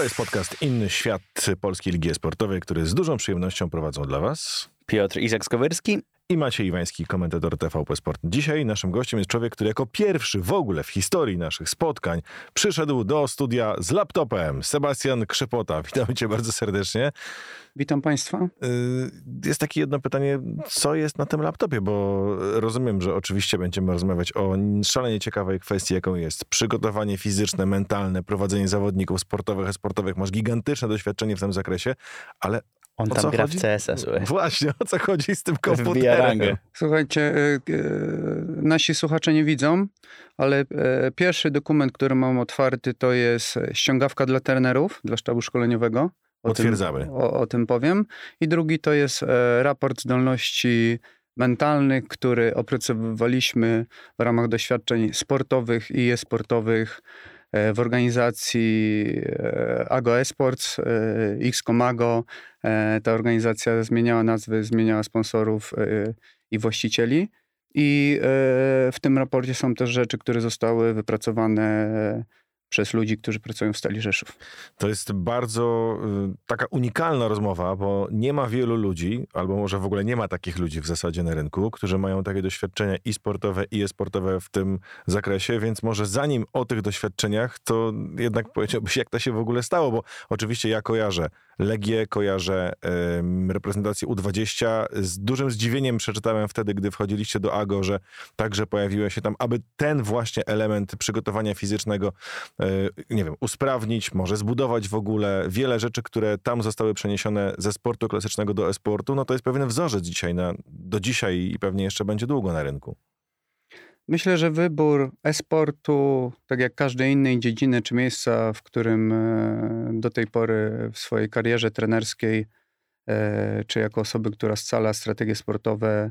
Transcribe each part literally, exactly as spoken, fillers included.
jest podcast Inny Świat Polskiej Ligi Sportowej, który z dużą przyjemnością prowadzą dla was Piotr Izak-Skowyrski i Maciej Iwański, komentator T V P Sport. Dzisiaj naszym gościem jest człowiek, który jako pierwszy w ogóle w historii naszych spotkań przyszedł do studia z laptopem. Sebastian Krzepota. Witamy cię bardzo serdecznie. Witam państwa. Jest takie jedno pytanie, co jest na tym laptopie, bo rozumiem, że oczywiście będziemy rozmawiać o szalenie ciekawej kwestii, jaką jest przygotowanie fizyczne, mentalne, prowadzenie zawodników sportowych, e-sportowych. Masz gigantyczne doświadczenie w tym zakresie, ale On o tam co gra chodzi? w C S a, słuchaj. Właśnie, o co chodzi z tym Wbija komputerem? rangę. Słuchajcie, y, y, nasi słuchacze nie widzą, ale y, pierwszy dokument, który mam otwarty, to jest ściągawka dla trenerów, dla sztabu szkoleniowego. O Potwierdzamy. Tym, o, o tym powiem. I drugi to jest e, raport zdolności mentalnych, który opracowywaliśmy w ramach doświadczeń sportowych i e-sportowych e, w organizacji e, Ago Esports, e, X-Comago. E, ta organizacja zmieniała nazwy, zmieniała sponsorów e, i właścicieli. I e, w tym raporcie są też rzeczy, które zostały wypracowane e, przez ludzi, którzy pracują w Stali Rzeszów. To jest bardzo y, taka unikalna rozmowa, bo nie ma wielu ludzi, albo może w ogóle nie ma takich ludzi w zasadzie na rynku, którzy mają takie doświadczenia i sportowe, i e-sportowe w tym zakresie, więc może zanim o tych doświadczeniach, to jednak powiedziałbyś, jak to się w ogóle stało, bo oczywiście ja kojarzę Legię, kojarzę y, reprezentację U dwadzieścia. Z dużym zdziwieniem przeczytałem wtedy, gdy wchodziliście do Ago, że także pojawiły się tam, aby ten właśnie element przygotowania fizycznego nie wiem, usprawnić, może zbudować w ogóle wiele rzeczy, które tam zostały przeniesione ze sportu klasycznego do e-sportu, no to jest pewien wzorzec dzisiaj na, do dzisiaj i pewnie jeszcze będzie długo na rynku. Myślę, że wybór e-sportu, tak jak każdej innej dziedziny czy miejsca, w którym do tej pory w swojej karierze trenerskiej, czy jako osoby, która scala strategie sportowe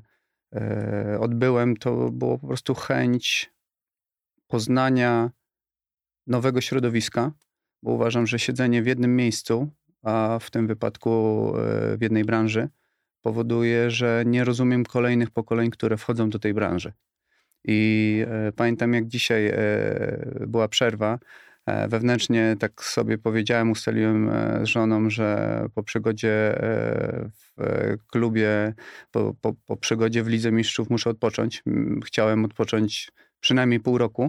odbyłem, to było po prostu chęć poznania nowego środowiska, bo uważam, że siedzenie w jednym miejscu, a w tym wypadku w jednej branży, powoduje, że nie rozumiem kolejnych pokoleń, które wchodzą do tej branży. I e, pamiętam, jak dzisiaj e, była przerwa, e, wewnętrznie tak sobie powiedziałem, ustaliłem e, z żoną, że po przygodzie e, w e, klubie, po, po, po przygodzie w Lidze Mistrzów muszę odpocząć. Chciałem odpocząć przynajmniej pół roku.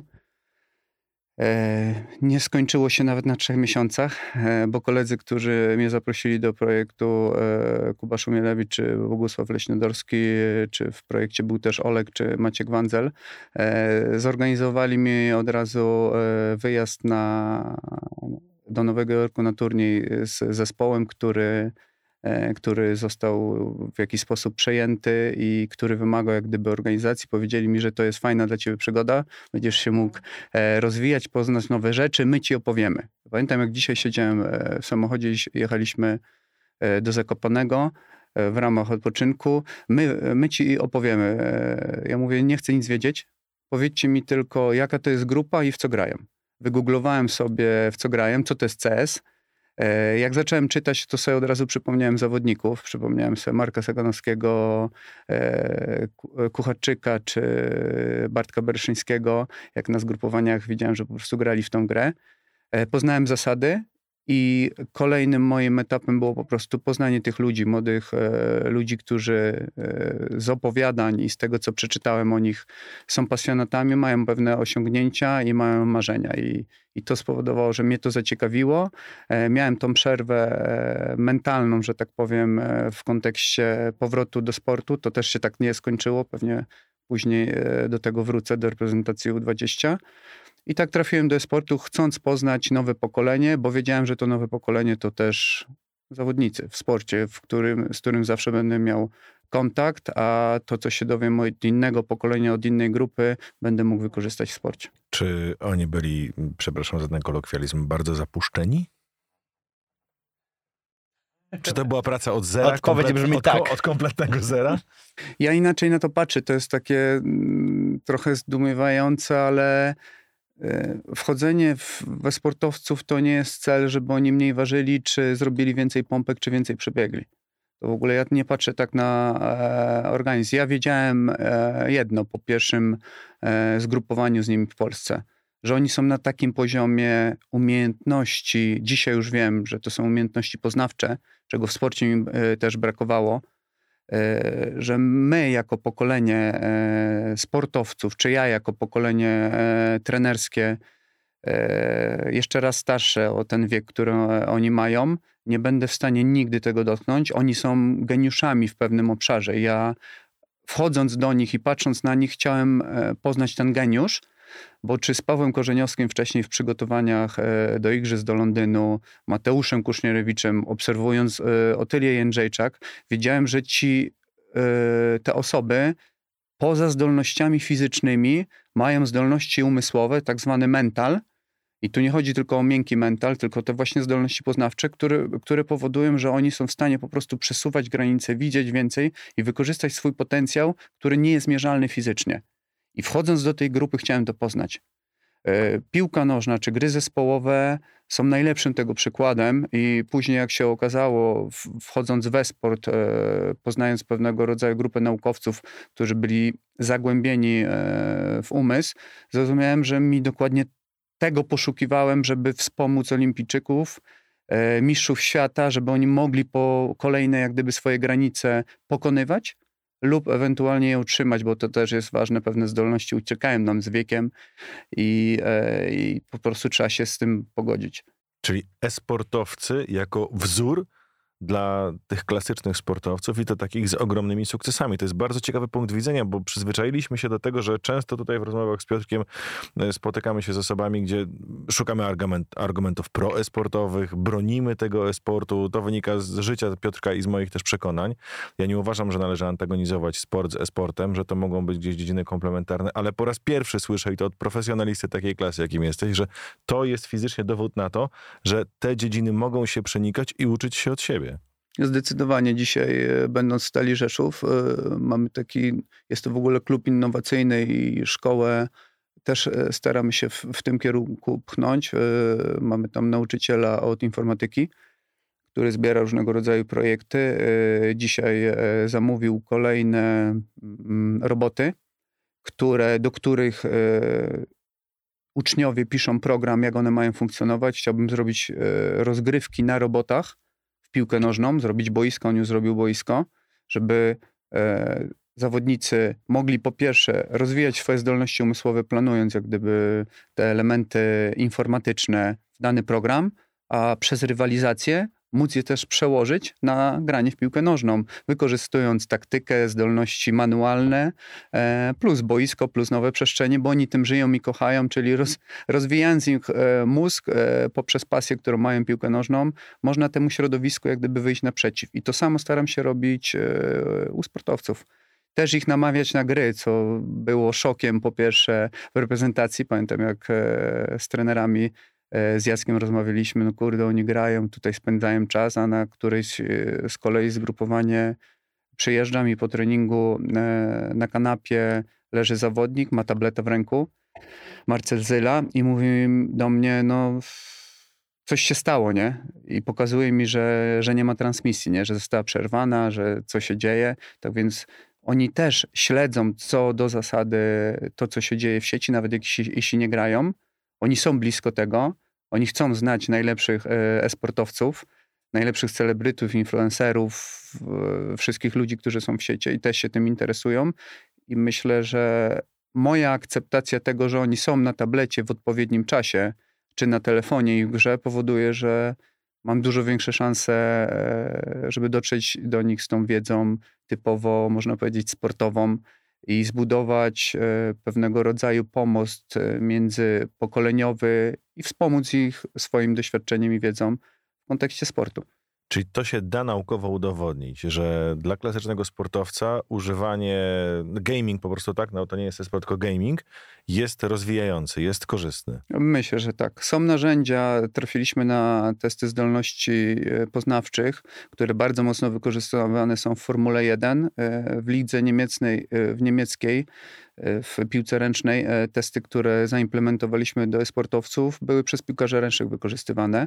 Nie skończyło się nawet na trzech miesiącach, bo koledzy, którzy mnie zaprosili do projektu, Kuba Szumielewicz czy Bogusław Leśnodorski, czy w projekcie był też Olek czy Maciek Wandzel, zorganizowali mi od razu wyjazd na, do Nowego Jorku na turniej z zespołem, który który został w jakiś sposób przejęty i który wymagał jak gdyby organizacji. Powiedzieli mi, że to jest fajna dla ciebie przygoda, będziesz się mógł rozwijać, poznać nowe rzeczy, my ci opowiemy. Pamiętam, jak dzisiaj siedziałem w samochodzie, jechaliśmy do Zakopanego w ramach odpoczynku. My, my ci opowiemy. Ja mówię, nie chcę nic wiedzieć, powiedzcie mi tylko, jaka to jest grupa i w co grają. Wygooglowałem sobie, w co grają, co to jest C S. Jak zacząłem czytać, to sobie od razu przypomniałem zawodników. Przypomniałem sobie Marka Saganowskiego, Kucharczyka czy Bartka Bereszyńskiego. Jak na zgrupowaniach widziałem, że po prostu grali w tą grę. Poznałem zasady i kolejnym moim etapem było po prostu poznanie tych ludzi, młodych ludzi, którzy z opowiadań i z tego, co przeczytałem o nich, są pasjonatami, mają pewne osiągnięcia i mają marzenia. I, i to spowodowało, że mnie to zaciekawiło. Miałem tą przerwę mentalną, że tak powiem, w kontekście powrotu do sportu. To też się tak nie skończyło. Pewnie później do tego wrócę, do reprezentacji U dwadzieścia. I tak trafiłem do e-sportu, chcąc poznać nowe pokolenie, bo wiedziałem, że to nowe pokolenie to też zawodnicy w sporcie, w którym, z którym zawsze będę miał kontakt, a to, co się dowiem od innego pokolenia, od innej grupy, będę mógł wykorzystać w sporcie. Czy oni byli, przepraszam za ten kolokwializm, bardzo zapuszczeni? Czy to była praca od zera? Odpowiedź brzmi od, tak. Od kompletnego zera? Ja inaczej na to patrzę. To jest takie mm, trochę zdumiewające, ale wchodzenie w, we sportowców to nie jest cel, żeby oni mniej ważyli, czy zrobili więcej pompek, czy więcej przebiegli. To w ogóle ja nie patrzę tak na e, organizm. Ja wiedziałem e, jedno po pierwszym e, zgrupowaniu z nimi w Polsce. że oni są na takim poziomie umiejętności, dzisiaj już wiem, że to są umiejętności poznawcze, czego w sporcie mi też brakowało, że my jako pokolenie sportowców, czy ja jako pokolenie trenerskie, jeszcze raz starsze o ten wiek, który oni mają, nie będę w stanie nigdy tego dotknąć. Oni są geniuszami w pewnym obszarze. Ja wchodząc do nich i patrząc na nich, chciałem poznać ten geniusz, bo czy z Pawłem Korzeniowskim wcześniej w przygotowaniach do Igrzysk do Londynu, Mateuszem Kusznierewiczem, obserwując Otylię Jędrzejczak, wiedziałem, że ci, te osoby poza zdolnościami fizycznymi mają zdolności umysłowe, tak zwany mental. I tu nie chodzi tylko o miękki mental, tylko te właśnie zdolności poznawcze, które, które powodują, że oni są w stanie po prostu przesuwać granice, widzieć więcej i wykorzystać swój potencjał, który nie jest mierzalny fizycznie. I wchodząc do tej grupy chciałem to poznać. Piłka nożna czy gry zespołowe są najlepszym tego przykładem i później jak się okazało, wchodząc w e-sport, poznając pewnego rodzaju grupę naukowców, którzy byli zagłębieni w umysł, zrozumiałem, że mi dokładnie tego poszukiwałem, żeby wspomóc olimpijczyków, mistrzów świata, żeby oni mogli po kolejne jak gdyby swoje granice pokonywać lub ewentualnie je utrzymać, bo to też jest ważne, pewne zdolności uciekają nam z wiekiem i, i po prostu trzeba się z tym pogodzić. Czyli e-sportowcy jako wzór dla tych klasycznych sportowców i to takich z ogromnymi sukcesami. To jest bardzo ciekawy punkt widzenia, bo przyzwyczailiśmy się do tego, że często tutaj w rozmowach z Piotrkiem spotykamy się z osobami, gdzie szukamy argument, argumentów pro-esportowych, bronimy tego e-sportu. To wynika z życia Piotrka i z moich też przekonań. Ja nie uważam, że należy antagonizować sport z e-sportem, że to mogą być gdzieś dziedziny komplementarne, ale po raz pierwszy słyszę i to od profesjonalisty takiej klasy, jakim jesteś, że to jest fizycznie dowód na to, że te dziedziny mogą się przenikać i uczyć się od siebie. Zdecydowanie dzisiaj, będąc w Stali Rzeszów, mamy taki, jest to w ogóle klub innowacyjny i szkołę też staramy się w, w tym kierunku pchnąć. Mamy tam nauczyciela od informatyki, który zbiera różnego rodzaju projekty. Dzisiaj zamówił kolejne roboty, które, do których uczniowie piszą program, jak one mają funkcjonować. Chciałbym zrobić rozgrywki na robotach, w piłkę nożną, zrobić boisko, on już zrobił boisko, żeby e, zawodnicy mogli po pierwsze rozwijać swoje zdolności umysłowe, planując jak gdyby te elementy informatyczne w dany program, a przez rywalizację móc je też przełożyć na granie w piłkę nożną, wykorzystując taktykę, zdolności manualne, e, plus boisko, plus nowe przestrzenie, bo oni tym żyją i kochają, czyli roz, rozwijając ich e, mózg e, poprzez pasję, którą mają piłkę nożną, można temu środowisku jak gdyby wyjść naprzeciw. I to samo staram się robić e, u sportowców. Też ich namawiać na gry, co było szokiem po pierwsze w reprezentacji. Pamiętam jak e, z trenerami z Jackiem rozmawialiśmy, no kurde, oni grają, tutaj spędzają czas, a na którejś z kolei zgrupowanie przyjeżdżam i po treningu na kanapie leży zawodnik, ma tabletę w ręku, Marcel Zyla, i mówi do mnie, no coś się stało, nie? I pokazuje mi, że, że nie ma transmisji, nie? Że została przerwana, że co się dzieje. Tak więc oni też śledzą co do zasady to, co się dzieje w sieci, nawet jeśli, jeśli nie grają. Oni są blisko tego, oni chcą znać najlepszych e-sportowców, najlepszych celebrytów, influencerów, wszystkich ludzi, którzy są w sieci i też się tym interesują. I myślę, że moja akceptacja tego, że oni są na tablecie w odpowiednim czasie, czy na telefonie i w grze, powoduje, że mam dużo większe szanse, żeby dotrzeć do nich z tą wiedzą typowo, można powiedzieć, sportową, i zbudować pewnego rodzaju pomost międzypokoleniowy i wspomóc ich swoim doświadczeniem i wiedzą w kontekście sportu. Czyli to się da naukowo udowodnić, że dla klasycznego sportowca używanie, gaming po prostu tak, no to nie jest sport, tylko gaming, jest rozwijający, jest korzystny. Myślę, że tak. Są narzędzia, trafiliśmy na testy zdolności poznawczych, które bardzo mocno wykorzystywane są w Formule jeden, w lidze niemieckiej, w niemieckiej, w piłce ręcznej. Testy, które zaimplementowaliśmy do e-sportowców, były przez piłkarzy ręcznych wykorzystywane.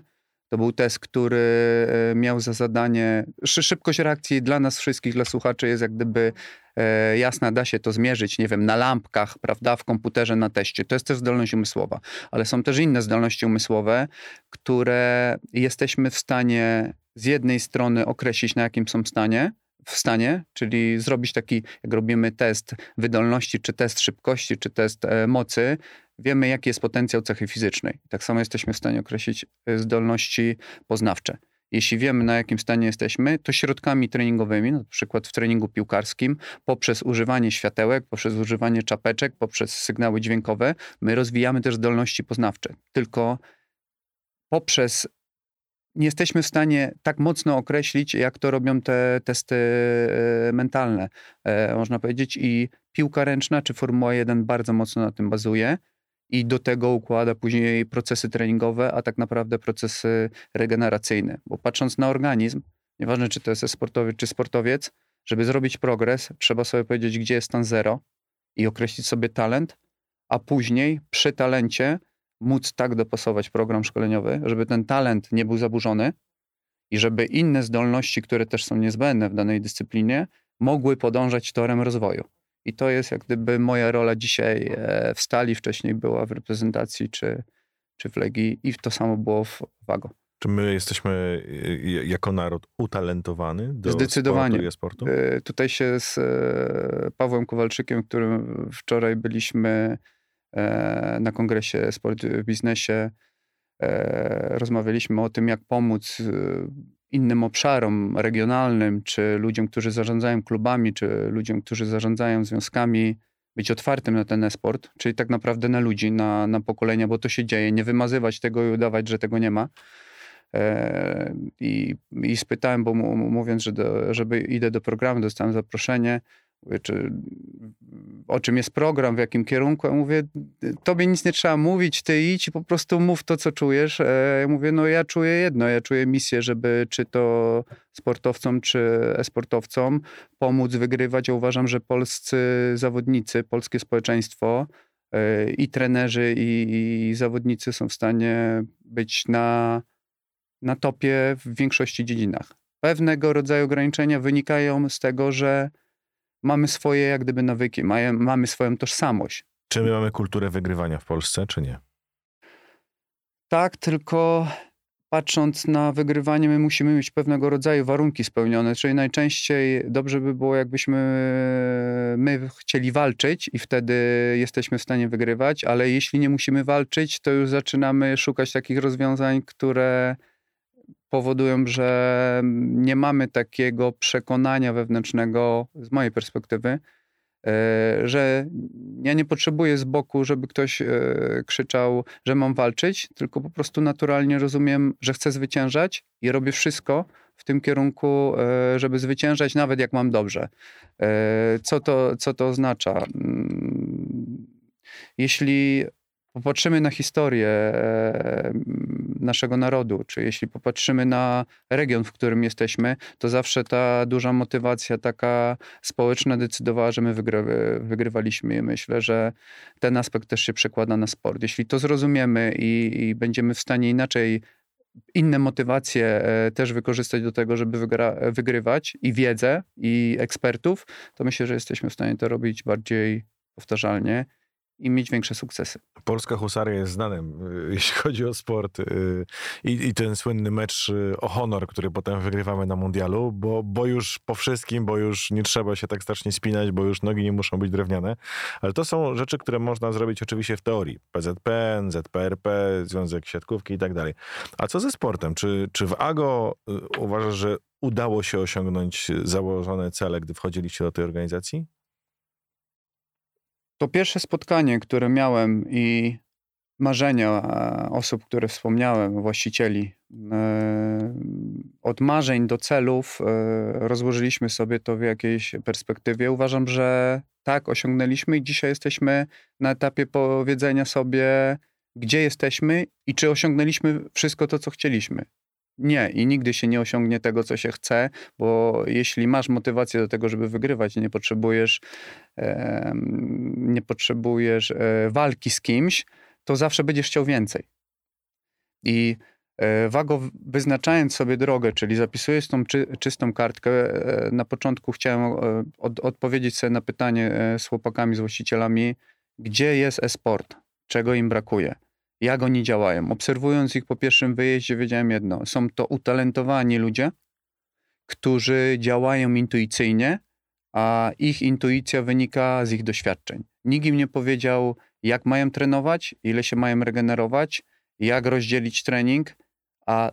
To był test, który miał za zadanie, szybkość reakcji dla nas wszystkich, dla słuchaczy jest jak gdyby e, jasna, da się to zmierzyć, nie wiem, na lampkach, prawda, w komputerze, na teście. To jest też zdolność umysłowa, ale są też inne zdolności umysłowe, które jesteśmy w stanie z jednej strony określić, na jakim są stanie, w stanie, czyli zrobić taki, jak robimy test wydolności, czy test szybkości, czy test e, mocy, wiemy, jaki jest potencjał cechy fizycznej. Tak samo jesteśmy w stanie określić zdolności poznawcze. Jeśli wiemy, na jakim stanie jesteśmy, to środkami treningowymi, na przykład w treningu piłkarskim, poprzez używanie światełek, poprzez używanie czapeczek, poprzez sygnały dźwiękowe, my rozwijamy też zdolności poznawcze. Tylko poprzez nie jesteśmy w stanie tak mocno określić, jak to robią te testy mentalne, można powiedzieć. I piłka ręczna czy Formuła jeden bardzo mocno na tym bazuje i do tego układa później procesy treningowe, a tak naprawdę procesy regeneracyjne. Bo patrząc na organizm, nieważne czy to jest sportowiec czy sportowiec, żeby zrobić progres, trzeba sobie powiedzieć, gdzie jest stan zero i określić sobie talent, a później przy talencie móc tak dopasować program szkoleniowy, żeby ten talent nie był zaburzony i żeby inne zdolności, które też są niezbędne w danej dyscyplinie, mogły podążać torem rozwoju. I to jest jak gdyby moja rola dzisiaj w Stali, wcześniej była w reprezentacji czy, czy w Legii i to samo było w Wago. Czy my jesteśmy jako naród utalentowany do Zdecydowanie. sportu i e-sportu? Tutaj się z Pawłem Kowalczykiem, którym wczoraj byliśmy na kongresie Sport w Biznesie, rozmawialiśmy o tym, jak pomóc innym obszarom regionalnym, czy ludziom, którzy zarządzają klubami, czy ludziom, którzy zarządzają związkami, być otwartym na ten e-sport, czyli tak naprawdę na ludzi, na, na pokolenia, bo to się dzieje, nie wymazywać tego i udawać, że tego nie ma. I, i spytałem, bo mówiąc, że do, żeby idę do programu, dostałem zaproszenie, czy o czym jest program, w jakim kierunku. Ja mówię, tobie nic nie trzeba mówić, ty idź i po prostu mów to, co czujesz. Ja mówię, no ja czuję jedno, ja czuję misję, żeby czy to sportowcom, czy e-sportowcom pomóc wygrywać. Ja uważam, że polscy zawodnicy, polskie społeczeństwo i trenerzy, i, i zawodnicy są w stanie być na, na topie w większości dziedzinach. Pewnego rodzaju ograniczenia wynikają z tego, że mamy swoje jak gdyby nawyki, mamy, mamy swoją tożsamość. Czy my mamy kulturę wygrywania w Polsce, czy nie? Tak, tylko patrząc na wygrywanie, my musimy mieć pewnego rodzaju warunki spełnione, czyli najczęściej dobrze by było, jakbyśmy my chcieli walczyć i wtedy jesteśmy w stanie wygrywać, ale jeśli nie musimy walczyć, to już zaczynamy szukać takich rozwiązań, które powodują, że nie mamy takiego przekonania wewnętrznego, z mojej perspektywy, że ja nie potrzebuję z boku, żeby ktoś krzyczał, że mam walczyć, tylko po prostu naturalnie rozumiem, że chcę zwyciężać i robię wszystko w tym kierunku, żeby zwyciężać, nawet jak mam dobrze. Co to, co to oznacza? Jeśli popatrzymy na historię naszego narodu, czy jeśli popatrzymy na region, w którym jesteśmy, to zawsze ta duża motywacja taka społeczna decydowała, że my wygry, wygrywaliśmy i myślę, że ten aspekt też się przekłada na sport. Jeśli to zrozumiemy i, i będziemy w stanie inaczej inne motywacje też wykorzystać do tego, żeby wygra, wygrywać i wiedzę, i ekspertów, to myślę, że jesteśmy w stanie to robić bardziej powtarzalnie i mieć większe sukcesy. Polska husaria jest znanym, jeśli chodzi o sport i, i ten słynny mecz o honor, który potem wygrywamy na mundialu, bo, bo już po wszystkim, bo już nie trzeba się tak strasznie spinać, bo już nogi nie muszą być drewniane, ale to są rzeczy, które można zrobić oczywiście w teorii. P Z P N, Z P R P, Związek Siatkówki i tak dalej. A co ze sportem? Czy, czy w A G O uważasz, że udało się osiągnąć założone cele, gdy wchodziliście do tej organizacji? To pierwsze spotkanie, które miałem i marzenia osób, które wspomniałem, właścicieli, od marzeń do celów rozłożyliśmy sobie to w jakiejś perspektywie. Uważam, że tak, osiągnęliśmy i dzisiaj jesteśmy na etapie powiedzenia sobie, gdzie jesteśmy i czy osiągnęliśmy wszystko to, co chcieliśmy. Nie, i nigdy się nie osiągnie tego, co się chce, bo jeśli masz motywację do tego, żeby wygrywać, nie potrzebujesz, e, nie potrzebujesz e, walki z kimś, to zawsze będziesz chciał więcej. I Wago, wyznaczając sobie drogę, czyli zapisując tą czy, czystą kartkę, na początku chciałem od, odpowiedzieć sobie na pytanie z chłopakami, z właścicielami, gdzie jest e-sport, czego im brakuje, jak oni działają. Obserwując ich po pierwszym wyjeździe wiedziałem jedno, są to utalentowani ludzie, którzy działają intuicyjnie, a ich intuicja wynika z ich doświadczeń. Nikt im nie powiedział, jak mają trenować, ile się mają regenerować, jak rozdzielić trening, a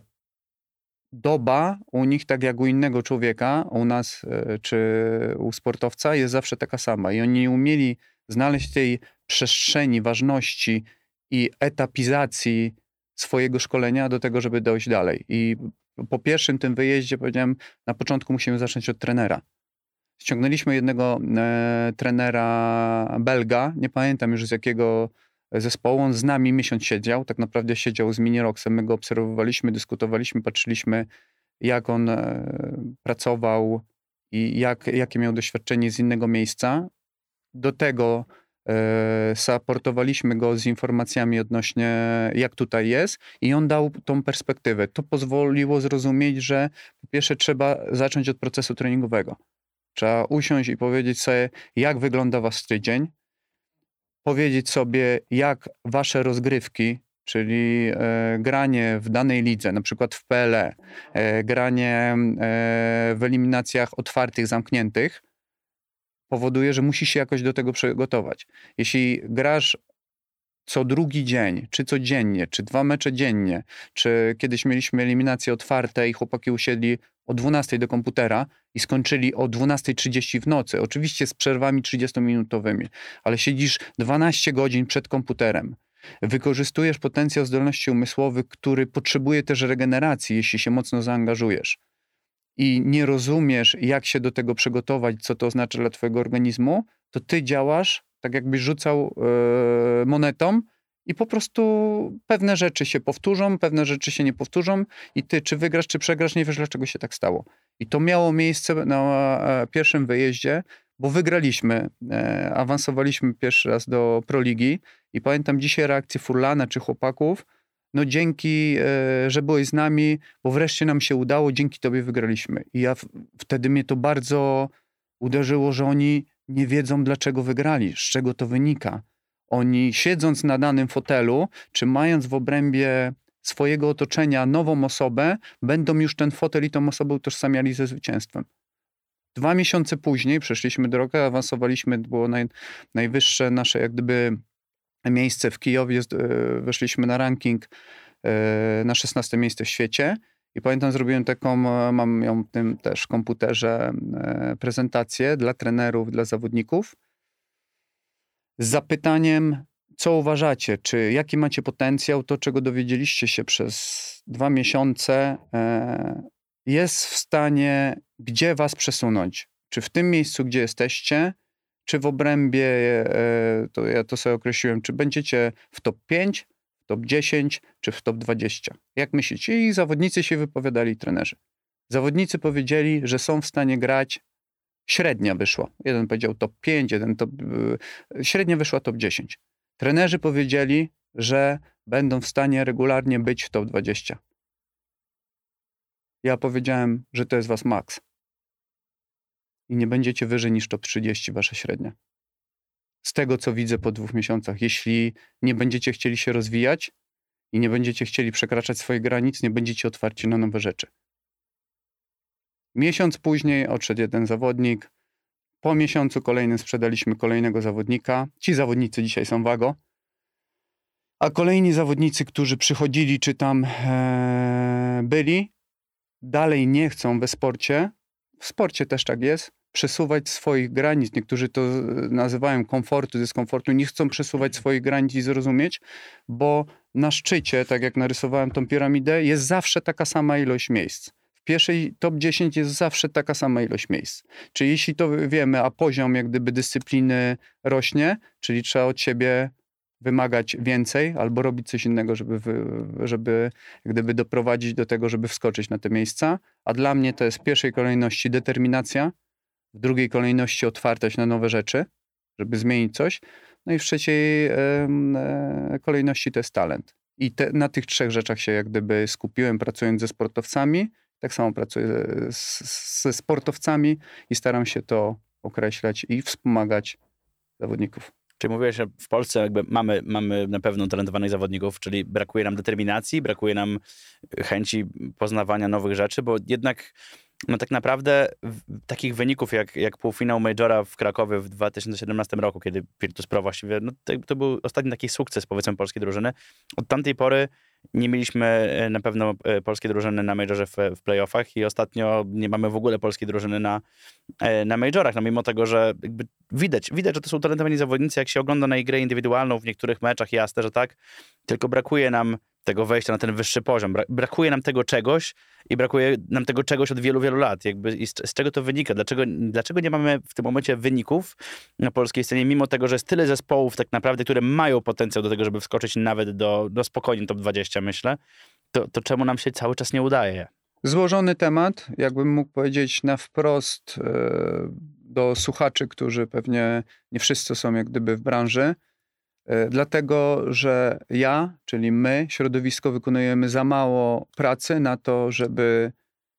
doba u nich, tak jak u innego człowieka, u nas czy u sportowca, jest zawsze taka sama. I oni nie umieli znaleźć tej przestrzeni, ważności i etapizacji swojego szkolenia do tego, żeby dojść dalej. I po pierwszym tym wyjeździe powiedziałem, na początku musimy zacząć od trenera. Ściągnęliśmy jednego e, trenera Belga, nie pamiętam już z jakiego zespołu, on z nami miesiąc siedział, tak naprawdę siedział z Miniroxem, my go obserwowaliśmy, dyskutowaliśmy, patrzyliśmy jak on e, pracował i jak, jakie miał doświadczenie z innego miejsca. Do tego e, supportowaliśmy go z informacjami odnośnie jak tutaj jest i on dał tą perspektywę. To pozwoliło zrozumieć, że po pierwsze trzeba zacząć od procesu treningowego. Trzeba usiąść i powiedzieć sobie, jak wygląda wasz tydzień, powiedzieć sobie, jak wasze rozgrywki, czyli e, granie w danej lidze, na przykład w P L E, e, granie e, w eliminacjach otwartych, zamkniętych, powoduje, że musisz się jakoś do tego przygotować. Jeśli grasz co drugi dzień, czy codziennie, czy dwa mecze dziennie, czy kiedyś mieliśmy eliminacje otwarte i chłopaki usiedli o dwunastej do komputera i skończyli o dwunasta trzydzieści w nocy, oczywiście z przerwami trzydziestominutowymi, ale siedzisz dwanaście godzin przed komputerem, wykorzystujesz potencjał zdolności umysłowych, który potrzebuje też regeneracji, jeśli się mocno zaangażujesz i nie rozumiesz, jak się do tego przygotować, co to oznacza dla twojego organizmu, to ty działasz tak jakbyś rzucał yy, monetą i po prostu pewne rzeczy się powtórzą, pewne rzeczy się nie powtórzą i ty, czy wygrasz, czy przegrasz, nie wiesz, dlaczego się tak stało. I to miało miejsce na e, pierwszym wyjeździe, bo wygraliśmy, e, awansowaliśmy pierwszy raz do Proligi i pamiętam dzisiaj reakcję Furlana czy chłopaków, no dzięki, e, że byłeś z nami, bo wreszcie nam się udało, dzięki tobie wygraliśmy. I ja w, wtedy mnie to bardzo uderzyło, że oni nie wiedzą, dlaczego wygrali, z czego to wynika. Oni siedząc na danym fotelu, czy mając w obrębie swojego otoczenia nową osobę, będą już ten fotel i tą osobę utożsamiali ze zwycięstwem. Dwa miesiące później przeszliśmy drogę, awansowaliśmy, było naj, najwyższe nasze jak gdyby miejsce w Kijowie, weszliśmy na ranking na szesnaste miejsce w świecie. I pamiętam, zrobiłem taką, mam ją w tym też komputerze, prezentację dla trenerów, dla zawodników z zapytaniem, co uważacie, czy jaki macie potencjał, to czego dowiedzieliście się przez dwa miesiące jest w stanie, gdzie was przesunąć. Czy w tym miejscu, gdzie jesteście, czy w obrębie, to ja to sobie określiłem, czy będziecie w top pięć, top dziesięć czy w top dwadzieścia. Jak myślicie? I zawodnicy się wypowiadali, trenerzy. Zawodnicy powiedzieli, że są w stanie grać, średnia wyszła. Jeden powiedział top pięć, jeden top... Średnia wyszła top dziesięć. Trenerzy powiedzieli, że będą w stanie regularnie być w top dwadzieścia. Ja powiedziałem, że to jest was maks. I nie będziecie wyżej niż top trzydzieści, wasza średnia. Z tego, co widzę po dwóch miesiącach, jeśli nie będziecie chcieli się rozwijać i nie będziecie chcieli przekraczać swoich granic, nie będziecie otwarci na nowe rzeczy. Miesiąc później odszedł jeden zawodnik. Po miesiącu kolejnym sprzedaliśmy kolejnego zawodnika. Ci zawodnicy dzisiaj są Wago. A kolejni zawodnicy, którzy przychodzili czy tam e, byli, dalej nie chcą we sporcie. W sporcie też tak jest. Przesuwać swoich granic. Niektórzy to nazywają komfortu, dyskomfortu. Nie chcą przesuwać swoich granic i zrozumieć, bo na szczycie, tak jak narysowałem tą piramidę, jest zawsze taka sama ilość miejsc. W pierwszej top dziesięć jest zawsze taka sama ilość miejsc. Czyli jeśli to wiemy, a poziom jak gdyby dyscypliny rośnie, czyli trzeba od siebie wymagać więcej albo robić coś innego, żeby, żeby jak gdyby doprowadzić do tego, żeby wskoczyć na te miejsca. A dla mnie to jest w pierwszej kolejności determinacja, w drugiej kolejności otwartość na nowe rzeczy, żeby zmienić coś. No i w trzeciej e, kolejności to jest talent. I te, na tych trzech rzeczach się jak gdyby skupiłem, pracując ze sportowcami. Tak samo pracuję z, ze sportowcami i staram się to określać i wspomagać zawodników. Czyli mówiłeś, że w Polsce jakby mamy, mamy na pewno utalentowanych zawodników, czyli brakuje nam determinacji, brakuje nam chęci poznawania nowych rzeczy, bo jednak no tak naprawdę takich wyników jak, jak półfinał Majora w Krakowie w dwa tysiące siedemnastym roku, kiedy Virtus Pro właściwie, no to, to był ostatni taki sukces, powiedzmy, polskiej drużyny. Od tamtej pory nie mieliśmy na pewno polskiej drużyny na Majorze w, w playoffach i ostatnio nie mamy w ogóle polskiej drużyny na, na Majorach, no mimo tego, że jakby widać, widać, że to są utalentowani zawodnicy, jak się ogląda na ich grę indywidualną w niektórych meczach, jasne, że tak, tylko brakuje nam tego wejścia na ten wyższy poziom. Brakuje nam tego czegoś i brakuje nam tego czegoś od wielu, wielu lat. Jakby i z, z czego to wynika? Dlaczego, dlaczego nie mamy w tym momencie wyników na polskiej scenie, mimo tego, że jest tyle zespołów tak naprawdę, które mają potencjał do tego, żeby wskoczyć nawet do, do spokojnie top dwadzieścia, myślę, to, to czemu nam się cały czas nie udaje? Złożony temat, jakbym mógł powiedzieć na wprost yy, do słuchaczy, którzy pewnie nie wszyscy są jak gdyby w branży. Dlatego, że ja, czyli my, środowisko, wykonujemy za mało pracy na to, żeby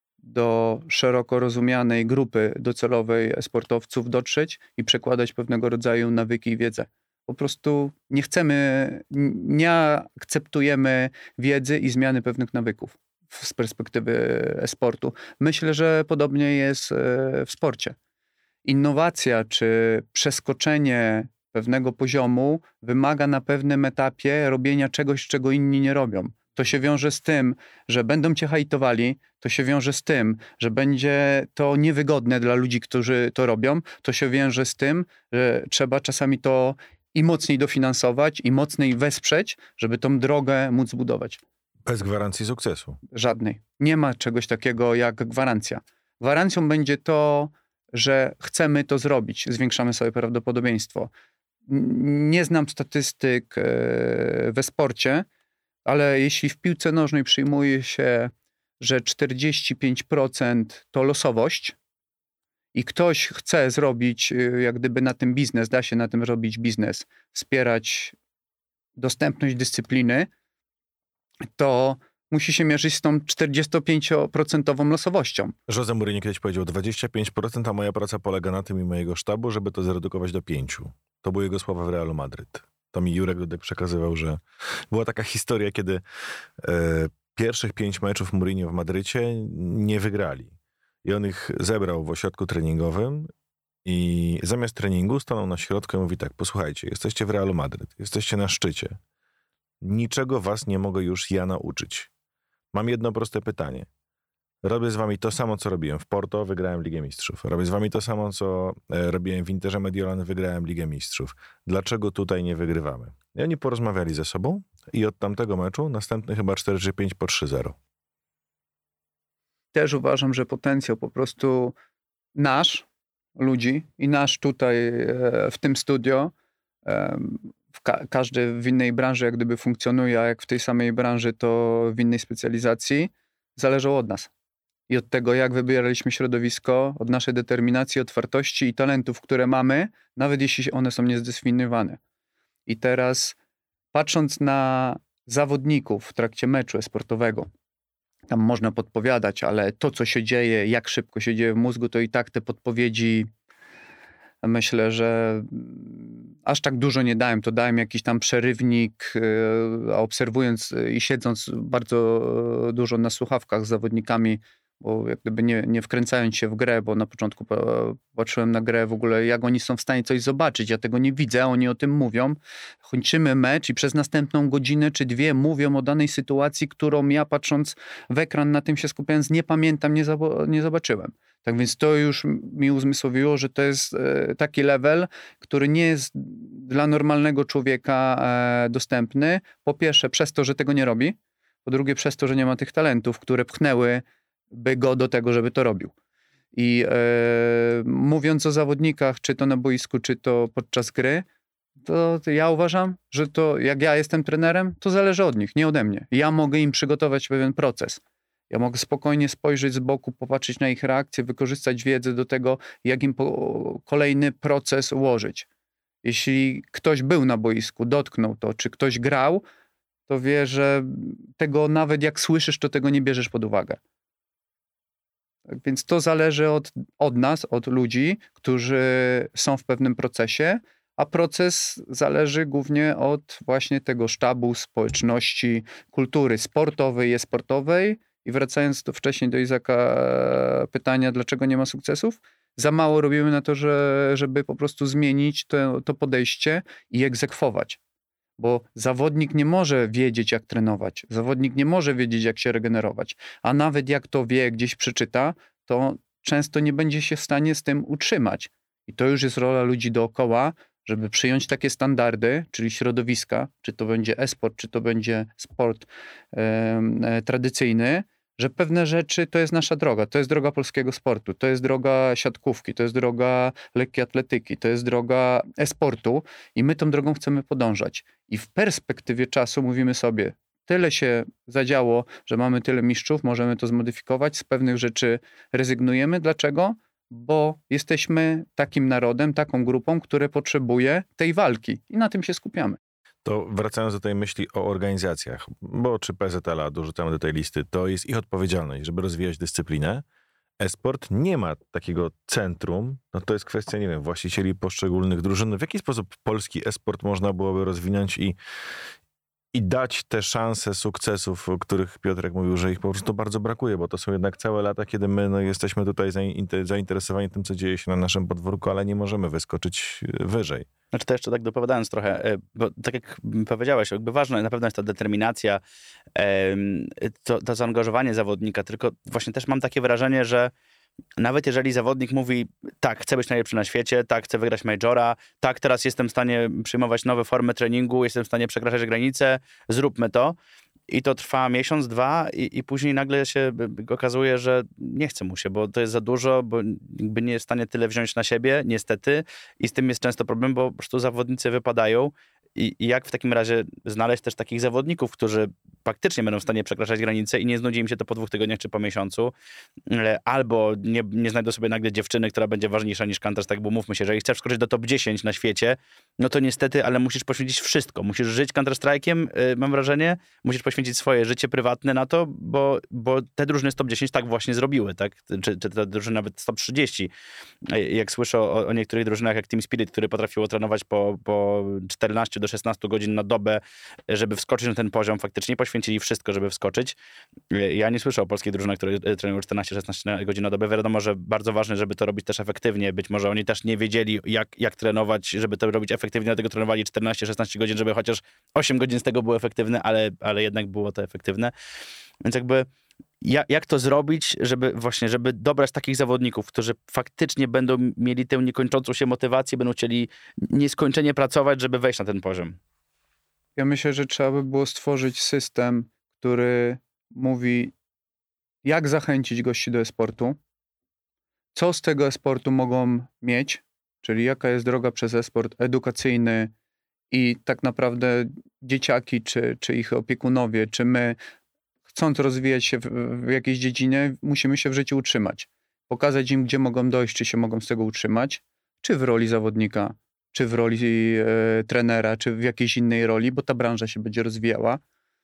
do szeroko rozumianej grupy docelowej sportowców dotrzeć i przekładać pewnego rodzaju nawyki i wiedzę. Po prostu nie chcemy, nie akceptujemy wiedzy i zmiany pewnych nawyków z perspektywy e-sportu. Myślę, że podobnie jest w sporcie. Innowacja czy przeskoczenie pewnego poziomu wymaga na pewnym etapie robienia czegoś, czego inni nie robią. To się wiąże z tym, że będą cię hejtowali, to się wiąże z tym, że będzie to niewygodne dla ludzi, którzy to robią, to się wiąże z tym, że trzeba czasami to i mocniej dofinansować, i mocniej wesprzeć, żeby tą drogę móc zbudować. Bez gwarancji sukcesu. Żadnej. Nie ma czegoś takiego jak gwarancja. Gwarancją będzie to, że chcemy to zrobić, zwiększamy sobie prawdopodobieństwo. Nie znam statystyk we sporcie, ale jeśli w piłce nożnej przyjmuje się, że czterdzieści pięć procent to losowość i ktoś chce zrobić jak gdyby na tym biznes, da się na tym robić biznes, wspierać dostępność dyscypliny, to musi się mierzyć z tą czterdziestopięcioprocentową losowością. Jose Mourinho kiedyś powiedział dwadzieścia pięć procent, a moja praca polega na tym i mojego sztabu, żeby to zredukować do pięciu. To były jego słowa w Realu Madryt. To mi Jurek Dudek przekazywał, że była taka historia, kiedy e, pierwszych pięć meczów Mourinho w Madrycie nie wygrali. I on ich zebrał w ośrodku treningowym i zamiast treningu stanął na środku i mówi tak, posłuchajcie, jesteście w Realu Madryt, jesteście na szczycie. Niczego was nie mogę już ja nauczyć. Mam jedno proste pytanie. Robię z wami to samo, co robiłem w Porto, wygrałem Ligę Mistrzów. Robię z wami to samo, co e, robiłem w Interze Mediolan, wygrałem Ligę Mistrzów. Dlaczego tutaj nie wygrywamy? I oni porozmawiali ze sobą i od tamtego meczu następny chyba cztery czy pięć po trzy zero. Też uważam, że potencjał po prostu nasz, ludzi i nasz tutaj e, w tym studio, e, w ka- każdy w innej branży jak gdyby funkcjonuje, a jak w tej samej branży, to w innej specjalizacji, zależało od nas. I od tego, jak wybieraliśmy środowisko, od naszej determinacji, otwartości i talentów, które mamy, nawet jeśli one są niezdefiniowane. I teraz, patrząc na zawodników w trakcie meczu sportowego, tam można podpowiadać, ale to, co się dzieje, jak szybko się dzieje w mózgu, to i tak te podpowiedzi, myślę, że aż tak dużo nie dałem. To dałem jakiś tam przerywnik, a obserwując i siedząc bardzo dużo na słuchawkach z zawodnikami, bo jak gdyby nie, nie wkręcając się w grę, bo na początku patrzyłem na grę w ogóle, jak oni są w stanie coś zobaczyć. Ja tego nie widzę, oni o tym mówią. Kończymy mecz i przez następną godzinę czy dwie mówią o danej sytuacji, którą ja patrząc w ekran, na tym się skupiając, nie pamiętam, nie, zab- nie zobaczyłem. Tak więc to już mi uzmysłowiło, że to jest taki level, który nie jest dla normalnego człowieka dostępny. Po pierwsze przez to, że tego nie robi. Po drugie przez to, że nie ma tych talentów, które pchnęły by go do tego, żeby to robił. I e, mówiąc o zawodnikach, czy to na boisku, czy to podczas gry, to, to ja uważam, że to jak ja jestem trenerem, to zależy od nich, nie ode mnie. Ja mogę im przygotować pewien proces. Ja mogę spokojnie spojrzeć z boku, popatrzeć na ich reakcję, wykorzystać wiedzę do tego, jak im po, kolejny proces ułożyć. Jeśli ktoś był na boisku, dotknął to, czy ktoś grał, to wie, że tego nawet jak słyszysz, to tego nie bierzesz pod uwagę. Tak więc to zależy od, od nas, od ludzi, którzy są w pewnym procesie, a proces zależy głównie od właśnie tego sztabu, społeczności, kultury sportowej, e-sportowej. I wracając do wcześniej do Izaka pytania, dlaczego nie ma sukcesów? Za mało robimy na to, że, żeby po prostu zmienić to, to podejście i egzekwować. Bo zawodnik nie może wiedzieć, jak trenować. Zawodnik nie może wiedzieć, jak się regenerować. A nawet jak to wie, gdzieś przeczyta, to często nie będzie się w stanie z tym utrzymać. I to już jest rola ludzi dookoła, żeby przyjąć takie standardy, czyli środowiska, czy to będzie e-sport, czy to będzie sport e, e, tradycyjny, że pewne rzeczy to jest nasza droga, to jest droga polskiego sportu, to jest droga siatkówki, to jest droga lekkiej atletyki, to jest droga e-sportu i my tą drogą chcemy podążać. I w perspektywie czasu mówimy sobie, tyle się zadziało, że mamy tyle mistrzów, możemy to zmodyfikować, z pewnych rzeczy rezygnujemy. Dlaczego? Bo jesteśmy takim narodem, taką grupą, które potrzebuje tej walki i na tym się skupiamy. To wracając do tej myśli o organizacjach, bo czy P Z L A, dorzucamy do tej listy, to jest ich odpowiedzialność, żeby rozwijać dyscyplinę. E-sport nie ma takiego centrum, no to jest kwestia, nie wiem, właścicieli poszczególnych drużyn. W jaki sposób polski e-sport można byłoby rozwinąć i, i dać te szanse sukcesów, o których Piotrek mówił, że ich po prostu bardzo brakuje, bo to są jednak całe lata, kiedy my no, jesteśmy tutaj zainteresowani tym, co dzieje się na naszym podwórku, ale nie możemy wyskoczyć wyżej. Znaczy to jeszcze tak dopowiadając trochę, bo tak jak powiedziałeś, jakby ważna na pewno jest ta determinacja, to, to zaangażowanie zawodnika, tylko właśnie też mam takie wrażenie, że nawet jeżeli zawodnik mówi, tak, chcę być najlepszy na świecie, tak, chcę wygrać majora, tak, teraz jestem w stanie przyjmować nowe formy treningu, jestem w stanie przekraczać granice, zróbmy to. I to trwa miesiąc, dwa i, i później nagle się okazuje, że nie chce mu się, bo to jest za dużo, bo jakby nie jest w stanie tyle wziąć na siebie, niestety. I z tym jest często problem, bo po prostu zawodnicy wypadają. I, I jak w takim razie znaleźć też takich zawodników, którzy faktycznie będą w stanie przekraczać granice i nie znudzi im się to po dwóch tygodniach czy po miesiącu, albo nie, nie znajdą sobie nagle dziewczyny, która będzie ważniejsza niż Counter, tak, bo mówmy się, że jeżeli chcesz wskoczyć do top dziesięć na świecie, no to niestety, ale musisz poświęcić wszystko. Musisz żyć Counter-Strike'iem, yy, mam wrażenie, musisz poświęcić swoje życie prywatne na to, bo, bo te drużyny z top dziesięć tak właśnie zrobiły, tak? Czy, czy te drużyny nawet z top trzydzieści. Jak słyszę o, o niektórych drużynach jak Team Spirit, które potrafiło trenować po, po czternaście do szesnastu godzin na dobę, żeby wskoczyć na ten poziom, faktycznie poświęcili wszystko, żeby wskoczyć. Ja nie słyszę o polskich drużynach, które trenują czternaście szesnaście godzin na dobę. Wiadomo, że bardzo ważne, żeby to robić też efektywnie. Być może oni też nie wiedzieli, jak, jak trenować, żeby to robić efektywnie, dlatego trenowali czternaście szesnaście godzin, żeby chociaż osiem godzin z tego było efektywne, ale, ale jednak było to efektywne. Więc jakby jak, jak to zrobić, żeby właśnie, żeby dobrać takich zawodników, którzy faktycznie będą mieli tę niekończącą się motywację, będą chcieli nieskończenie pracować, żeby wejść na ten poziom? Ja myślę, że trzeba by było stworzyć system, który mówi, jak zachęcić gości do e-sportu, co z tego e-sportu mogą mieć, czyli jaka jest droga przez e-sport edukacyjny i tak naprawdę dzieciaki, czy, czy ich opiekunowie, czy my, chcąc rozwijać się w, w jakiejś dziedzinie, musimy się w życiu utrzymać. Pokazać im, gdzie mogą dojść, czy się mogą z tego utrzymać, czy w roli zawodnika, czy w roli e, trenera, czy w jakiejś innej roli, bo ta branża się będzie rozwijała.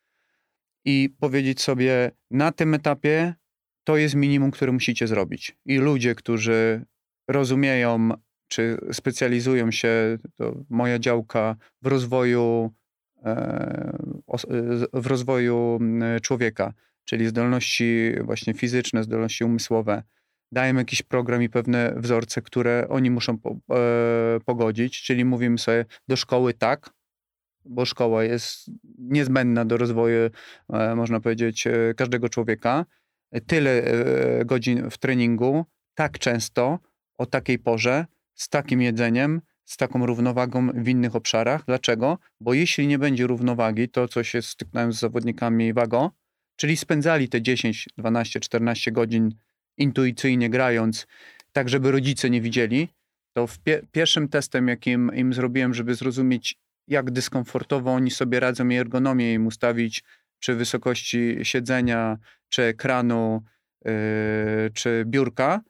I powiedzieć sobie, na tym etapie to jest minimum, które musicie zrobić. I ludzie, którzy rozumieją, czy specjalizują się, to moja działka w rozwoju, e, w rozwoju człowieka, czyli zdolności właśnie fizyczne, zdolności umysłowe, dają jakiś program i pewne wzorce, które oni muszą po, e, pogodzić, czyli mówimy sobie do szkoły tak, bo szkoła jest niezbędna do rozwoju, e, można powiedzieć, e, każdego człowieka. Tyle e, godzin w treningu, tak często, o takiej porze, z takim jedzeniem, z taką równowagą w innych obszarach. Dlaczego? Bo jeśli nie będzie równowagi, to co się styknąłem z zawodnikami WAGO, czyli spędzali te dziesięć, dwanaście, czternaście godzin intuicyjnie grając, tak żeby rodzice nie widzieli, to w pie- pierwszym testem, jakim im zrobiłem, żeby zrozumieć, jak dyskomfortowo oni sobie radzą i ergonomię im ustawić, czy wysokości siedzenia, czy ekranu, yy, czy biurka,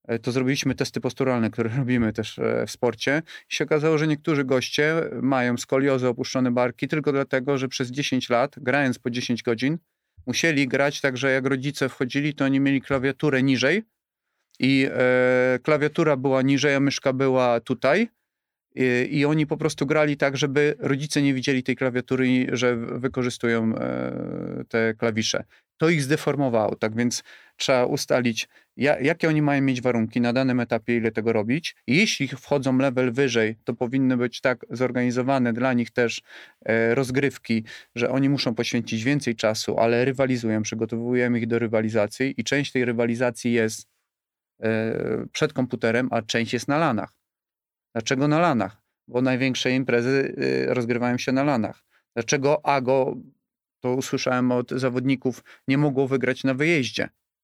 to zrobiliśmy testy posturalne, które robimy też w sporcie. I się okazało, że niektórzy goście mają skoliozę, opuszczone barki tylko dlatego, że przez dziesięć lat, grając po dziesięć godzin, musieli grać tak, że jak rodzice wchodzili, to oni mieli klawiaturę niżej i e, klawiatura była niżej, a myszka była tutaj. I, I oni po prostu grali tak, żeby rodzice nie widzieli tej klawiatury, że wykorzystują e, te klawisze. To ich zdeformowało, tak więc trzeba ustalić, ja, jakie oni mają mieć warunki na danym etapie, ile tego robić. I jeśli wchodzą level wyżej, to powinny być tak zorganizowane dla nich też e, rozgrywki, że oni muszą poświęcić więcej czasu, ale rywalizują, przygotowujemy ich do rywalizacji i część tej rywalizacji jest e, przed komputerem, a część jest na lanach. Dlaczego na lanach? Bo największe imprezy y, rozgrywają się na lanach. Dlaczego A G O, to usłyszałem od zawodników, nie mogło wygrać na wyjeździe?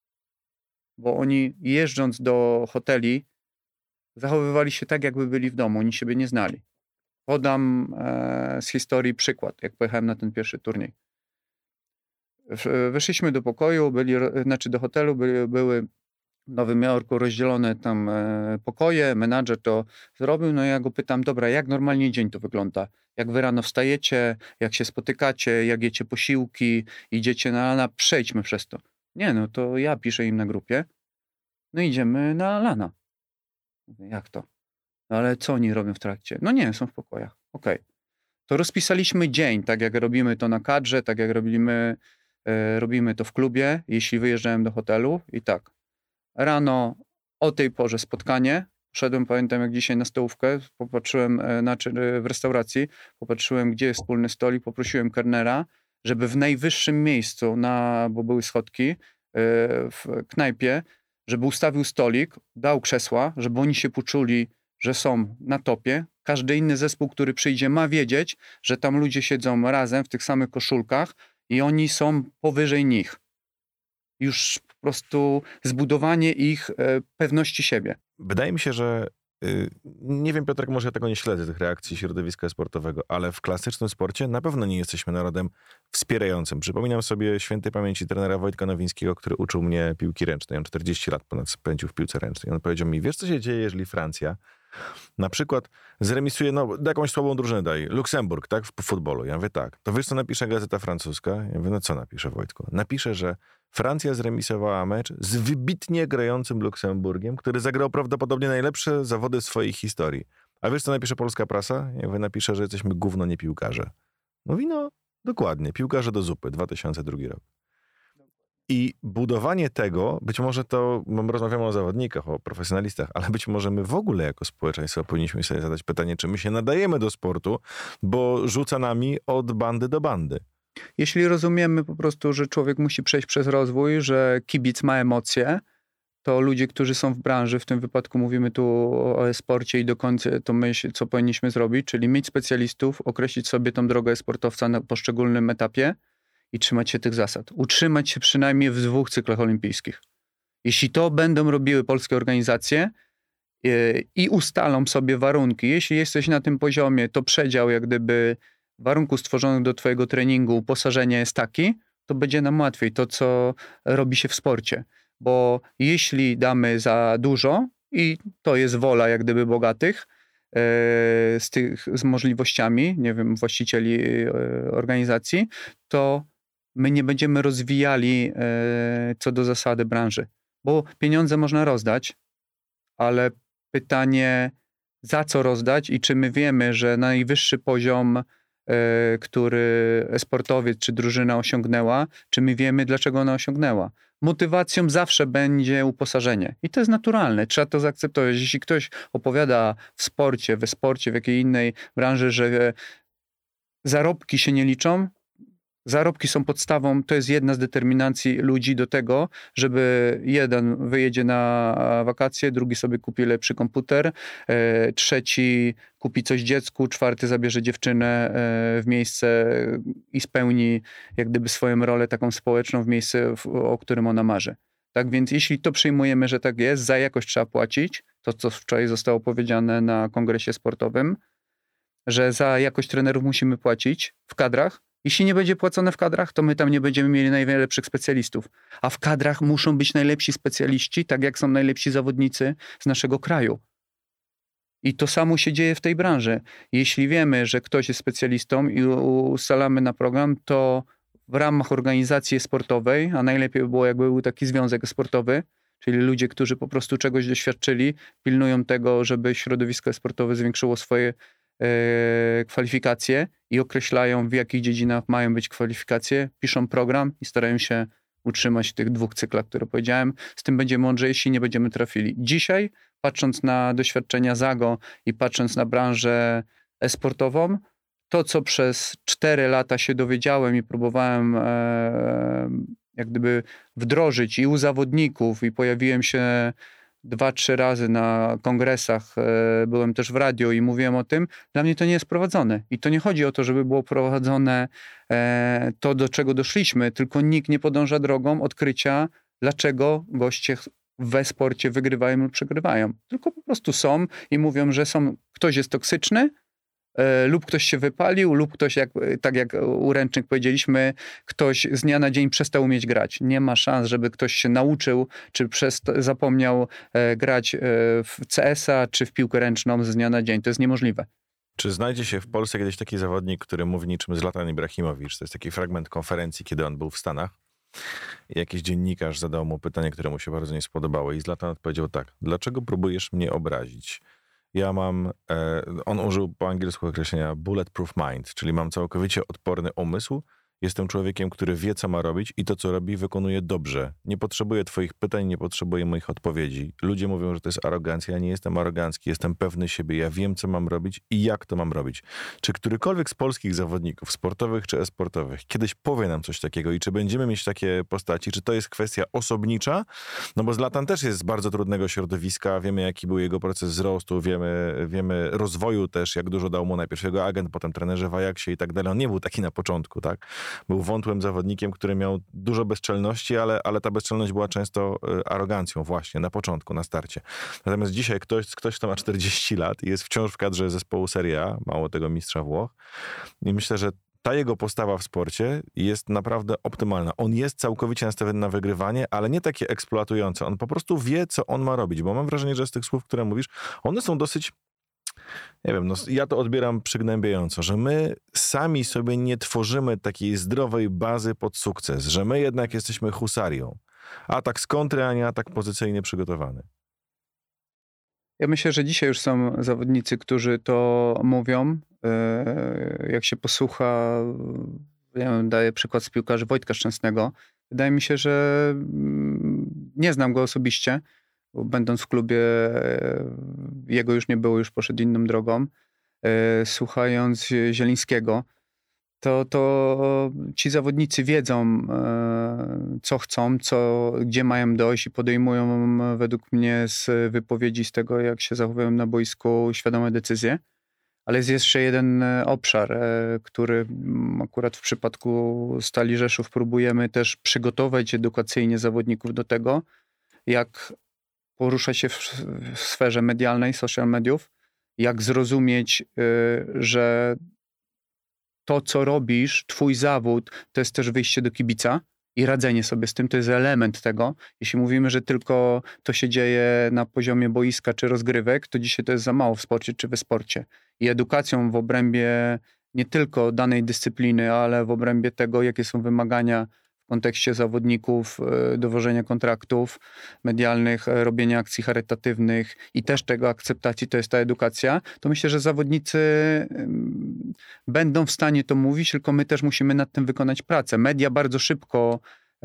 Bo oni jeżdżąc do hoteli zachowywali się tak, jakby byli w domu. Oni siebie nie znali. Podam e, z historii przykład, jak pojechałem na ten pierwszy turniej. Weszliśmy do pokoju, byli, znaczy do hotelu, byli, były w Nowym Jorku rozdzielone tam e, pokoje, menadżer to zrobił, no ja go pytam, dobra, jak normalnie dzień to wygląda? Jak wy rano wstajecie, jak się spotykacie, jak jecie posiłki, idziecie na lana, przejdźmy przez to. Nie, no to ja piszę im na grupie, no idziemy na lana. Mówię, jak to? No ale co oni robią w trakcie? No nie, są w pokojach. Okej. Okay. To rozpisaliśmy dzień, tak jak robimy to na kadrze, tak jak robimy, e, robimy to w klubie, jeśli wyjeżdżałem do hotelu i tak. Rano o tej porze spotkanie. Szedłem, pamiętam jak dzisiaj na stołówkę, popatrzyłem, znaczy w restauracji, popatrzyłem, gdzie jest wspólny stolik, poprosiłem kelnera, żeby w najwyższym miejscu, na, bo były schodki, w knajpie, żeby ustawił stolik, dał krzesła, żeby oni się poczuli, że są na topie. Każdy inny zespół, który przyjdzie, ma wiedzieć, że tam ludzie siedzą razem w tych samych koszulkach i oni są powyżej nich. Już po prostu zbudowanie ich e, pewności siebie. Wydaje mi się, że yy, nie wiem, Piotrek, może ja tego nie śledzę, tych reakcji środowiska sportowego, ale w klasycznym sporcie na pewno nie jesteśmy narodem wspierającym. Przypominam sobie świętej pamięci trenera Wojtka Nowińskiego, który uczył mnie piłki ręcznej. On czterdzieści lat ponad spędził w piłce ręcznej. On powiedział mi, wiesz co się dzieje, jeżeli Francja na przykład zremisuje, no jakąś słabą drużynę daj, Luksemburg, tak, w futbolu. Ja mówię tak, to wiesz co napisze Gazeta Francuska? Ja mówię, no co napisze, Wojtku? Napisze, że Francja zremisowała mecz z wybitnie grającym Luksemburgiem, który zagrał prawdopodobnie najlepsze zawody swojej historii. A wiesz co napisze polska prasa? Ja mówię, napisze, że jesteśmy gówno, nie piłkarze. Mówi, no dokładnie, piłkarze do zupy, dwa tysiące drugi rok. I budowanie tego, być może to, my rozmawiamy o zawodnikach, o profesjonalistach, ale być może my w ogóle jako społeczeństwo powinniśmy sobie zadać pytanie, czy my się nadajemy do sportu, bo rzuca nami od bandy do bandy. Jeśli rozumiemy po prostu, że człowiek musi przejść przez rozwój, że kibic ma emocje, to ludzie, którzy są w branży, w tym wypadku mówimy tu o e-sporcie i do końca to myśl, co powinniśmy zrobić, czyli mieć specjalistów, określić sobie tą drogę sportowca na poszczególnym etapie, i trzymać się tych zasad. Utrzymać się przynajmniej w dwóch cyklach olimpijskich. Jeśli to będą robiły polskie organizacje yy, i ustalą sobie warunki, jeśli jesteś na tym poziomie, to przedział jak gdyby warunków stworzonych do twojego treningu, uposażenia jest taki, to będzie nam łatwiej to, co robi się w sporcie. Bo jeśli damy za dużo i to jest wola jak gdyby bogatych, yy, z tych z możliwościami, nie wiem, właścicieli yy, organizacji, to my nie będziemy rozwijali e, co do zasady branży. Bo pieniądze można rozdać, ale pytanie, za co rozdać i czy my wiemy, że najwyższy poziom, e, który sportowiec czy drużyna osiągnęła, czy my wiemy, dlaczego ona osiągnęła. Motywacją zawsze będzie uposażenie. I to jest naturalne. Trzeba to zaakceptować. Jeśli ktoś opowiada w sporcie, we sporcie, w jakiej innej branży, że zarobki się nie liczą, zarobki są podstawą, to jest jedna z determinacji ludzi do tego, żeby jeden wyjedzie na wakacje, drugi sobie kupi lepszy komputer, e, trzeci kupi coś dziecku, czwarty zabierze dziewczynę e, w miejsce i spełni jak gdyby swoją rolę taką społeczną w miejsce, w, o którym ona marzy. Tak więc jeśli to przyjmujemy, że tak jest, za jakość trzeba płacić, to co wczoraj zostało powiedziane na kongresie sportowym, że za jakość trenerów musimy płacić w kadrach, Jeśli nie będzie płacone w kadrach, to my tam nie będziemy mieli najlepszych specjalistów. A w kadrach muszą być najlepsi specjaliści, tak jak są najlepsi zawodnicy z naszego kraju. I to samo się dzieje w tej branży. Jeśli wiemy, że ktoś jest specjalistą i ustalamy na program, to w ramach organizacji sportowej, a najlepiej by było, jakby był taki związek sportowy, czyli ludzie, którzy po prostu czegoś doświadczyli, pilnują tego, żeby środowisko sportowe zwiększyło swoje e, kwalifikacje i określają, w jakich dziedzinach mają być kwalifikacje, piszą program i starają się utrzymać tych dwóch cyklach, które powiedziałem. Z tym będziemy mądrzejsi, nie będziemy trafili. Dzisiaj, patrząc na doświadczenia Zago i patrząc na branżę e-sportową, to, co przez cztery lata się dowiedziałem i próbowałem e, jak gdyby wdrożyć i u zawodników, i pojawiłem się dwa, trzy razy na kongresach, e, byłem też w radio i mówiłem o tym, dla mnie to nie jest prowadzone. I to nie chodzi o to, żeby było prowadzone e, to, do czego doszliśmy, tylko nikt nie podąża drogą odkrycia, dlaczego goście w e-sporcie wygrywają lub przegrywają. Tylko po prostu są i mówią, że są, ktoś jest toksyczny, lub ktoś się wypalił, lub ktoś, jak, tak jak u Ręcznik powiedzieliśmy, ktoś z dnia na dzień przestał umieć grać. Nie ma szans, żeby ktoś się nauczył, czy przesta- zapomniał e, grać e, w C S a, czy w piłkę ręczną z dnia na dzień. To jest niemożliwe. Czy znajdzie się w Polsce kiedyś taki zawodnik, który mówi niczym Zlatan Ibrahimowicz? To jest taki fragment konferencji, kiedy on był w Stanach. I jakiś dziennikarz zadał mu pytanie, które mu się bardzo nie spodobało. I Zlatan odpowiedział tak: dlaczego próbujesz mnie obrazić? Ja mam, e, on użył po angielsku określenia bulletproof mind, czyli mam całkowicie odporny umysł. Jestem człowiekiem, który wie, co ma robić i to, co robi, wykonuje dobrze. Nie potrzebuję twoich pytań, nie potrzebuję moich odpowiedzi. Ludzie mówią, że to jest arogancja. Ja nie jestem arogancki, jestem pewny siebie. Ja wiem, co mam robić i jak to mam robić. Czy którykolwiek z polskich zawodników, sportowych czy e-sportowych, kiedyś powie nam coś takiego i czy będziemy mieć takie postaci? Czy to jest kwestia osobnicza? No bo Zlatan też jest z bardzo trudnego środowiska. Wiemy, jaki był jego proces wzrostu. Wiemy, wiemy rozwoju też, jak dużo dał mu najpierw jego agent, potem trenerzy w Ajaxie i tak dalej. On nie był taki na początku, tak? Był wątłym zawodnikiem, który miał dużo bezczelności, ale, ale ta bezczelność była często arogancją właśnie na początku, na starcie. Natomiast dzisiaj ktoś, ktoś kto ma czterdzieści lat i jest wciąż w kadrze zespołu Serie A, mało tego mistrza Włoch, i myślę, że ta jego postawa w sporcie jest naprawdę optymalna. On jest całkowicie nastawiony na wygrywanie, ale nie takie eksploatujące. On po prostu wie, co on ma robić, bo mam wrażenie, że z tych słów, które mówisz, one są dosyć... Nie wiem, no ja to odbieram przygnębiająco, że my sami sobie nie tworzymy takiej zdrowej bazy pod sukces, że my jednak jesteśmy husarią. Atak z kontry, a nie atak pozycyjnie przygotowany. Ja myślę, że dzisiaj już są zawodnicy, którzy to mówią. Jak się posłucha, ja wiem, daję przykład z piłkarzy Wojtka Szczęsnego. Wydaje mi się, że nie znam go osobiście, bo będąc w klubie, jego już nie było, już poszedł inną drogą. Słuchając Zielińskiego, to, to ci zawodnicy wiedzą, co chcą, co, gdzie mają dojść i podejmują według mnie z wypowiedzi, z tego, jak się zachowują na boisku, świadome decyzje. Ale jest jeszcze jeden obszar, który akurat w przypadku Stali Rzeszów próbujemy też przygotować edukacyjnie zawodników do tego, jak poruszać się w, w sferze medialnej, social mediów, jak zrozumieć, że to, co robisz, twój zawód, to jest też wyjście do kibica i radzenie sobie z tym, to jest element tego. Jeśli mówimy, że tylko to się dzieje na poziomie boiska czy rozgrywek, to dzisiaj to jest za mało w sporcie czy we sporcie. I edukacją w obrębie nie tylko danej dyscypliny, ale w obrębie tego, jakie są wymagania w kontekście zawodników, dowożenia kontraktów medialnych, robienia akcji charytatywnych i też tego akceptacji, to jest ta edukacja, to myślę, że zawodnicy będą w stanie to mówić, tylko my też musimy nad tym wykonać pracę. Media bardzo szybko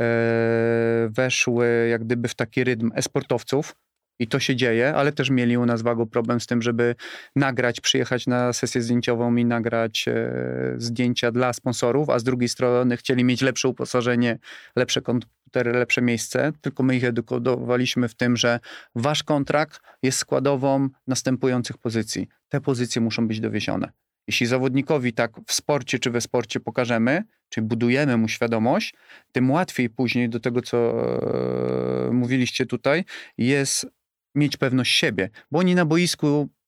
weszły jak gdyby w taki rytm e-sportowców, i to się dzieje, ale też mieli u nas Wago problem z tym, żeby nagrać, przyjechać na sesję zdjęciową i nagrać e, zdjęcia dla sponsorów, a z drugiej strony chcieli mieć lepsze uposażenie, lepsze komputery, lepsze miejsce. Tylko my ich edukowaliśmy w tym, że wasz kontrakt jest składową następujących pozycji. Te pozycje muszą być dowiezione. Jeśli zawodnikowi tak w sporcie czy we sporcie pokażemy, czy budujemy mu świadomość, tym łatwiej później do tego, co e, mówiliście tutaj, jest mieć pewność siebie, bo oni na boisku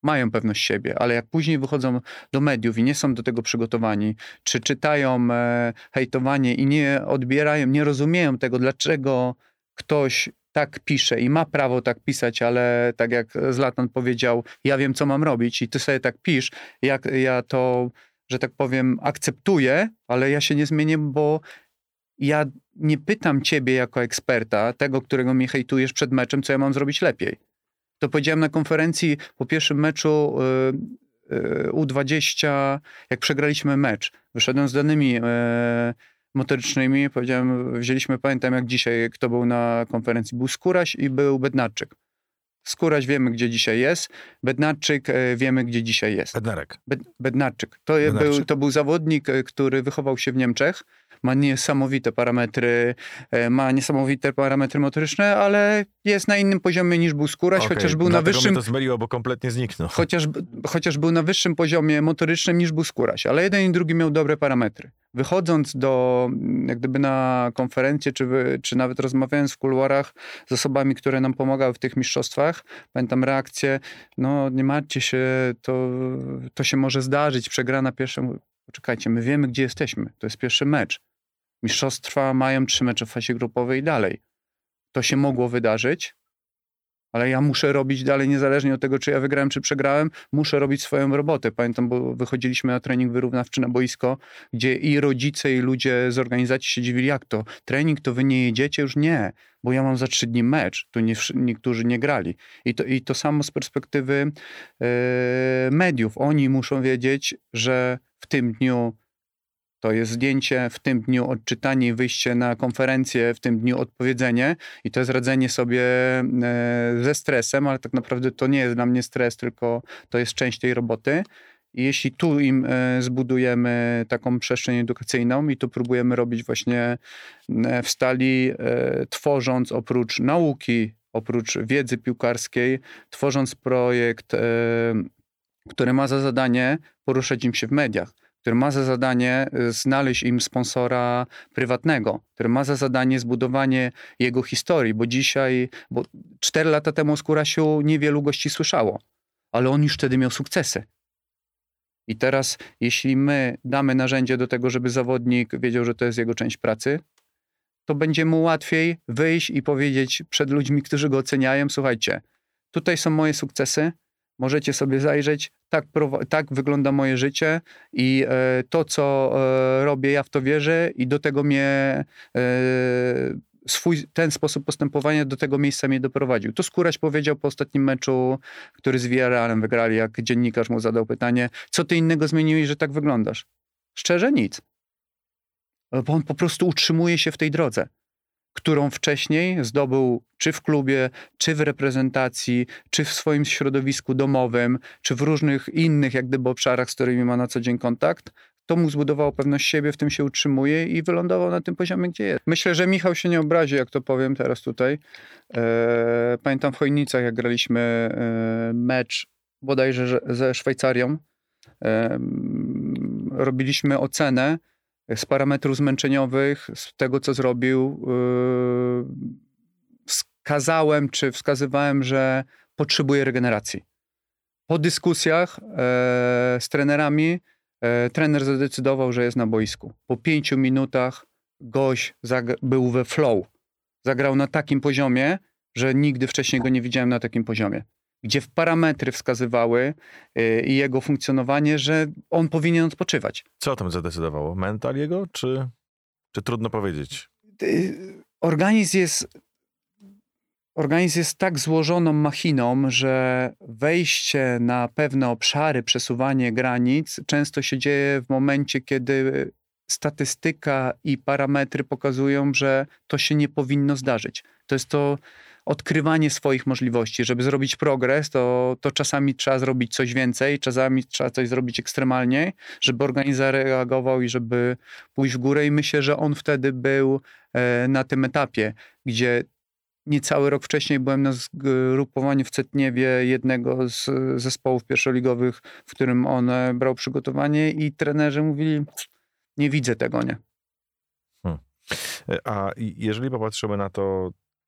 mają pewność siebie, ale jak później wychodzą do mediów i nie są do tego przygotowani, czy czytają e, hejtowanie i nie odbierają, nie rozumieją tego, dlaczego ktoś tak pisze i ma prawo tak pisać, ale tak jak Zlatan powiedział, ja wiem, co mam robić i ty sobie tak pisz, jak ja to, że tak powiem, akceptuję, ale ja się nie zmienię, bo ja nie pytam ciebie jako eksperta, tego, którego mnie hejtujesz przed meczem, co ja mam zrobić lepiej. To powiedziałem na konferencji po pierwszym meczu y, y, U dwadzieścia, jak przegraliśmy mecz. Wyszedłem z danymi y, motorycznymi, powiedziałem, wzięliśmy, pamiętam jak dzisiaj, kto był na konferencji, był Skóraś i był Bednarczyk. Skóraś wiemy, gdzie dzisiaj jest, Bednarczyk y, wiemy, gdzie dzisiaj jest. Bednarek. Bed, Bednarczyk. To, Bednarczyk. Był, to był zawodnik, który wychował się w Niemczech, ma niesamowite parametry, ma niesamowite parametry motoryczne, ale jest na innym poziomie niż był Skóraś, Okay, chociaż był na wyższym... mnie to zmyliło, bo kompletnie zniknął. Chociaż, chociaż był na wyższym poziomie motorycznym niż był Skóraś, ale jeden i drugi miał dobre parametry. Wychodząc do, jak gdyby na konferencję, czy, czy nawet rozmawiając w kuluarach z osobami, które nam pomagały w tych mistrzostwach, pamiętam reakcję, no nie martwcie się, to, to się może zdarzyć, przegrana pierwsza. Poczekajcie, my wiemy, gdzie jesteśmy. To jest pierwszy mecz. Mistrzostwa mają trzy mecze w fazie grupowej i dalej. To się mogło wydarzyć, ale ja muszę robić dalej, niezależnie od tego, czy ja wygrałem, czy przegrałem, muszę robić swoją robotę. Pamiętam, bo wychodziliśmy na trening wyrównawczy na boisko, gdzie i rodzice, i ludzie z organizacji się dziwili, jak to? Trening to wy nie jedziecie? Już nie, bo ja mam za trzy dni mecz. Tu nie, niektórzy nie grali. I to, i to samo z perspektywy yy, mediów. Oni muszą wiedzieć, że w tym dniu to jest zdjęcie, w tym dniu odczytanie i wyjście na konferencję, w tym dniu odpowiedzenie i to jest radzenie sobie ze stresem, ale tak naprawdę to nie jest dla mnie stres, tylko to jest część tej roboty. I jeśli tu im zbudujemy taką przestrzeń edukacyjną i to próbujemy robić właśnie w Stali, tworząc oprócz nauki, oprócz wiedzy piłkarskiej, tworząc projekt, który ma za zadanie poruszać im się w mediach, który ma za zadanie znaleźć im sponsora prywatnego, który ma za zadanie zbudowanie jego historii, bo dzisiaj, bo cztery lata temu o Skórasiu niewielu gości słyszało, ale on już wtedy miał sukcesy. I teraz, jeśli my damy narzędzie do tego, żeby zawodnik wiedział, że to jest jego część pracy, to będzie mu łatwiej wyjść i powiedzieć przed ludźmi, którzy go oceniają, słuchajcie, tutaj są moje sukcesy, możecie sobie zajrzeć, tak, tak wygląda moje życie i e, to, co e, robię, ja w to wierzę i do tego mnie e, swój, ten sposób postępowania do tego miejsca mnie doprowadził. To Skóraś powiedział po ostatnim meczu, który z Villarrealem wygrali, jak dziennikarz mu zadał pytanie, co ty innego zmieniłeś, że tak wyglądasz? Szczerze nic. Bo on po prostu utrzymuje się w tej drodze, którą wcześniej zdobył czy w klubie, czy w reprezentacji, czy w swoim środowisku domowym, czy w różnych innych jak gdyby obszarach, z którymi ma na co dzień kontakt. To mu zbudowało pewność siebie, w tym się utrzymuje i wylądował na tym poziomie, gdzie jest. Myślę, że Michał się nie obrazi, jak to powiem teraz tutaj. Eee, pamiętam w Chojnicach, jak graliśmy e, mecz bodajże ze Szwajcarią. E, robiliśmy ocenę z parametrów zmęczeniowych, z tego, co zrobił. Yy, wskazałem, czy wskazywałem, że potrzebuje regeneracji. Po dyskusjach yy, z trenerami yy, trener zadecydował, że jest na boisku. Po pięciu minutach gość był we flow. Zagrał na takim poziomie, że nigdy wcześniej go nie widziałem na takim poziomie. Gdzie w parametry wskazywały yy, i jego funkcjonowanie, że on powinien odpoczywać. Co o tym zadecydowało? Mental jego, czy, czy trudno powiedzieć? Organizm jest, organizm jest tak złożoną machiną, że wejście na pewne obszary, przesuwanie granic często się dzieje w momencie, kiedy statystyka i parametry pokazują, że to się nie powinno zdarzyć. To jest to odkrywanie swoich możliwości. Żeby zrobić progres, to, to czasami trzeba zrobić coś więcej, czasami trzeba coś zrobić ekstremalnie, żeby organizm zareagował i żeby pójść w górę. I myślę, że on wtedy był e, na tym etapie, gdzie niecały rok wcześniej byłem na zgrupowaniu w Cetniewie jednego z zespołów pierwszoligowych, w którym on brał przygotowanie i trenerzy mówili, nie widzę tego, nie? Hmm. A jeżeli popatrzymy na to,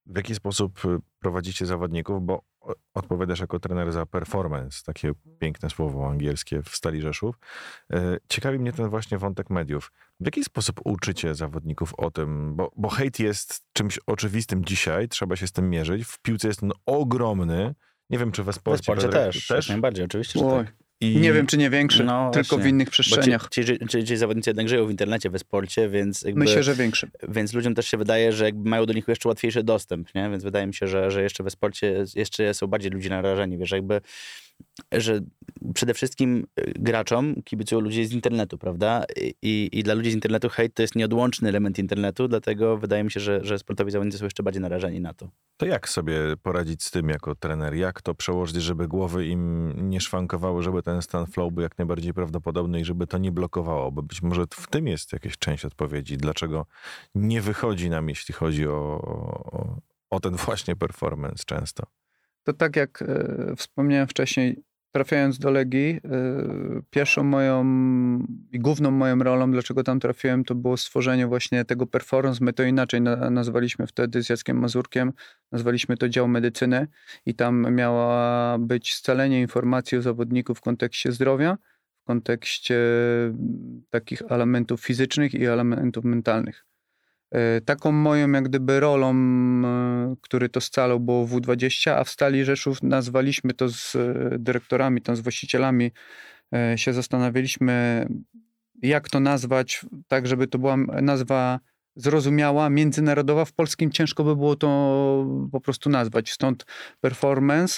W jaki sposób prowadzicie zawodników, bo odpowiadasz jako trener za performance, takie piękne słowo angielskie w Stali Rzeszów. Ciekawi mnie ten właśnie wątek mediów. W jaki sposób uczycie zawodników o tym, bo, bo hejt jest czymś oczywistym dzisiaj, trzeba się z tym mierzyć. W piłce jest on ogromny. Nie wiem, czy we sporcie, we sporcie też, też. Najbardziej, oczywiście, że tak. I... Nie wiem, czy nie większy, no tylko właśnie. W innych przestrzeniach. Ci, ci, ci, ci zawodnicy jednak żyją w internecie, we sporcie, więc jakby, myślę, że większy. Więc ludziom też się wydaje, że jakby mają do nich jeszcze łatwiejszy dostęp, nie? Więc wydaje mi się, że, że jeszcze we sporcie jeszcze są bardziej ludzie narażeni, wiesz, jakby, że przede wszystkim graczom kibicują ludzie z internetu, prawda? I, i dla ludzi z internetu hejt to jest nieodłączny element internetu, dlatego wydaje mi się, że, że sportowi zawodnicy są jeszcze bardziej narażeni na to. To jak sobie poradzić z tym jako trener? Jak to przełożyć, żeby głowy im nie szwankowały, żeby ten stan flow był jak najbardziej prawdopodobny i żeby to nie blokowało? Bo być może w tym jest jakaś część odpowiedzi, dlaczego nie wychodzi nam, jeśli chodzi o, o, o ten właśnie performance często. To tak jak e, wspomniałem wcześniej, trafiając do Legii, e, pierwszą moją i główną moją rolą, dlaczego tam trafiłem, to było stworzenie właśnie tego performance. My to inaczej na, nazwaliśmy wtedy z Jackiem Mazurkiem, nazwaliśmy to dział medycyny i tam miała być scalenie informacji o zawodniku w kontekście zdrowia, w kontekście takich elementów fizycznych i elementów mentalnych. Taką moją jak gdyby rolą, który to scalał, było W dwadzieścia, a w Stali Rzeszów nazwaliśmy to z dyrektorami, tam z właścicielami się zastanawialiśmy, jak to nazwać, tak żeby to była nazwa zrozumiała, międzynarodowa. W polskim ciężko by było to po prostu nazwać, stąd performance.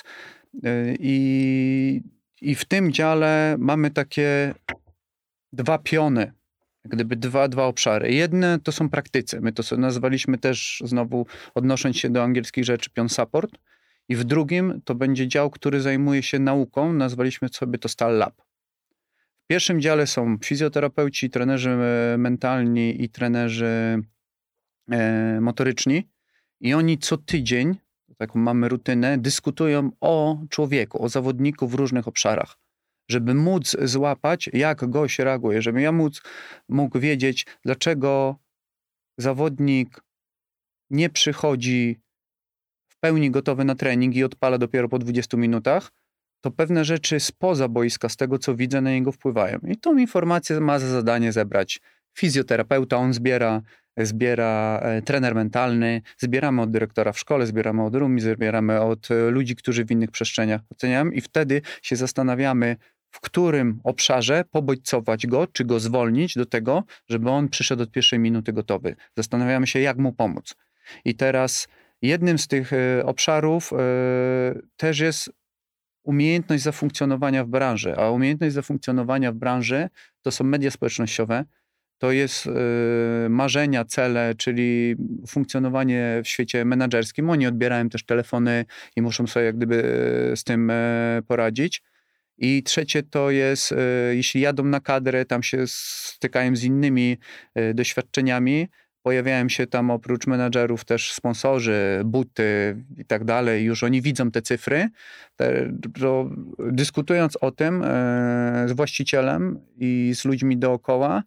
I, i w tym dziale mamy takie dwa piony. Gdyby dwa, dwa obszary. Jedne to są praktycy. My to sobie nazwaliśmy też, znowu odnosząc się do angielskich rzeczy, pion support. I w drugim to będzie dział, który zajmuje się nauką. Nazwaliśmy sobie to Stal Lab. W pierwszym dziale są fizjoterapeuci, trenerzy mentalni i trenerzy e, motoryczni. I oni co tydzień, taką mamy rutynę, dyskutują o człowieku, o zawodniku w różnych obszarach. Żeby móc złapać, jak gość reaguje, żeby ja móc, mógł wiedzieć, dlaczego zawodnik nie przychodzi w pełni gotowy na trening i odpala dopiero po dwudziestu minutach, to pewne rzeczy spoza boiska, z tego co widzę, na niego wpływają. I tą informację ma za zadanie zebrać fizjoterapeuta, on zbiera, zbiera e, trener mentalny, zbieramy od dyrektora w szkole, zbieramy od rumi, zbieramy od e, ludzi, którzy w innych przestrzeniach oceniają i wtedy się zastanawiamy, w którym obszarze pobodźcować go, czy go zwolnić do tego, żeby on przyszedł od pierwszej minuty gotowy. Zastanawiamy się, jak mu pomóc. I teraz jednym z tych y, obszarów y, też jest umiejętność zafunkcjonowania w branży, a umiejętność zafunkcjonowania w branży to są media społecznościowe, to jest y, marzenia, cele, czyli funkcjonowanie w świecie menadżerskim. Oni odbierają też telefony i muszą sobie jak gdyby y, z tym y, poradzić. I trzecie to jest, jeśli jadą na kadrę, tam się stykają z innymi doświadczeniami, pojawiają się tam oprócz menadżerów też sponsorzy, buty i tak dalej, już oni widzą te cyfry, to dyskutując o tym z właścicielem i z ludźmi dookoła,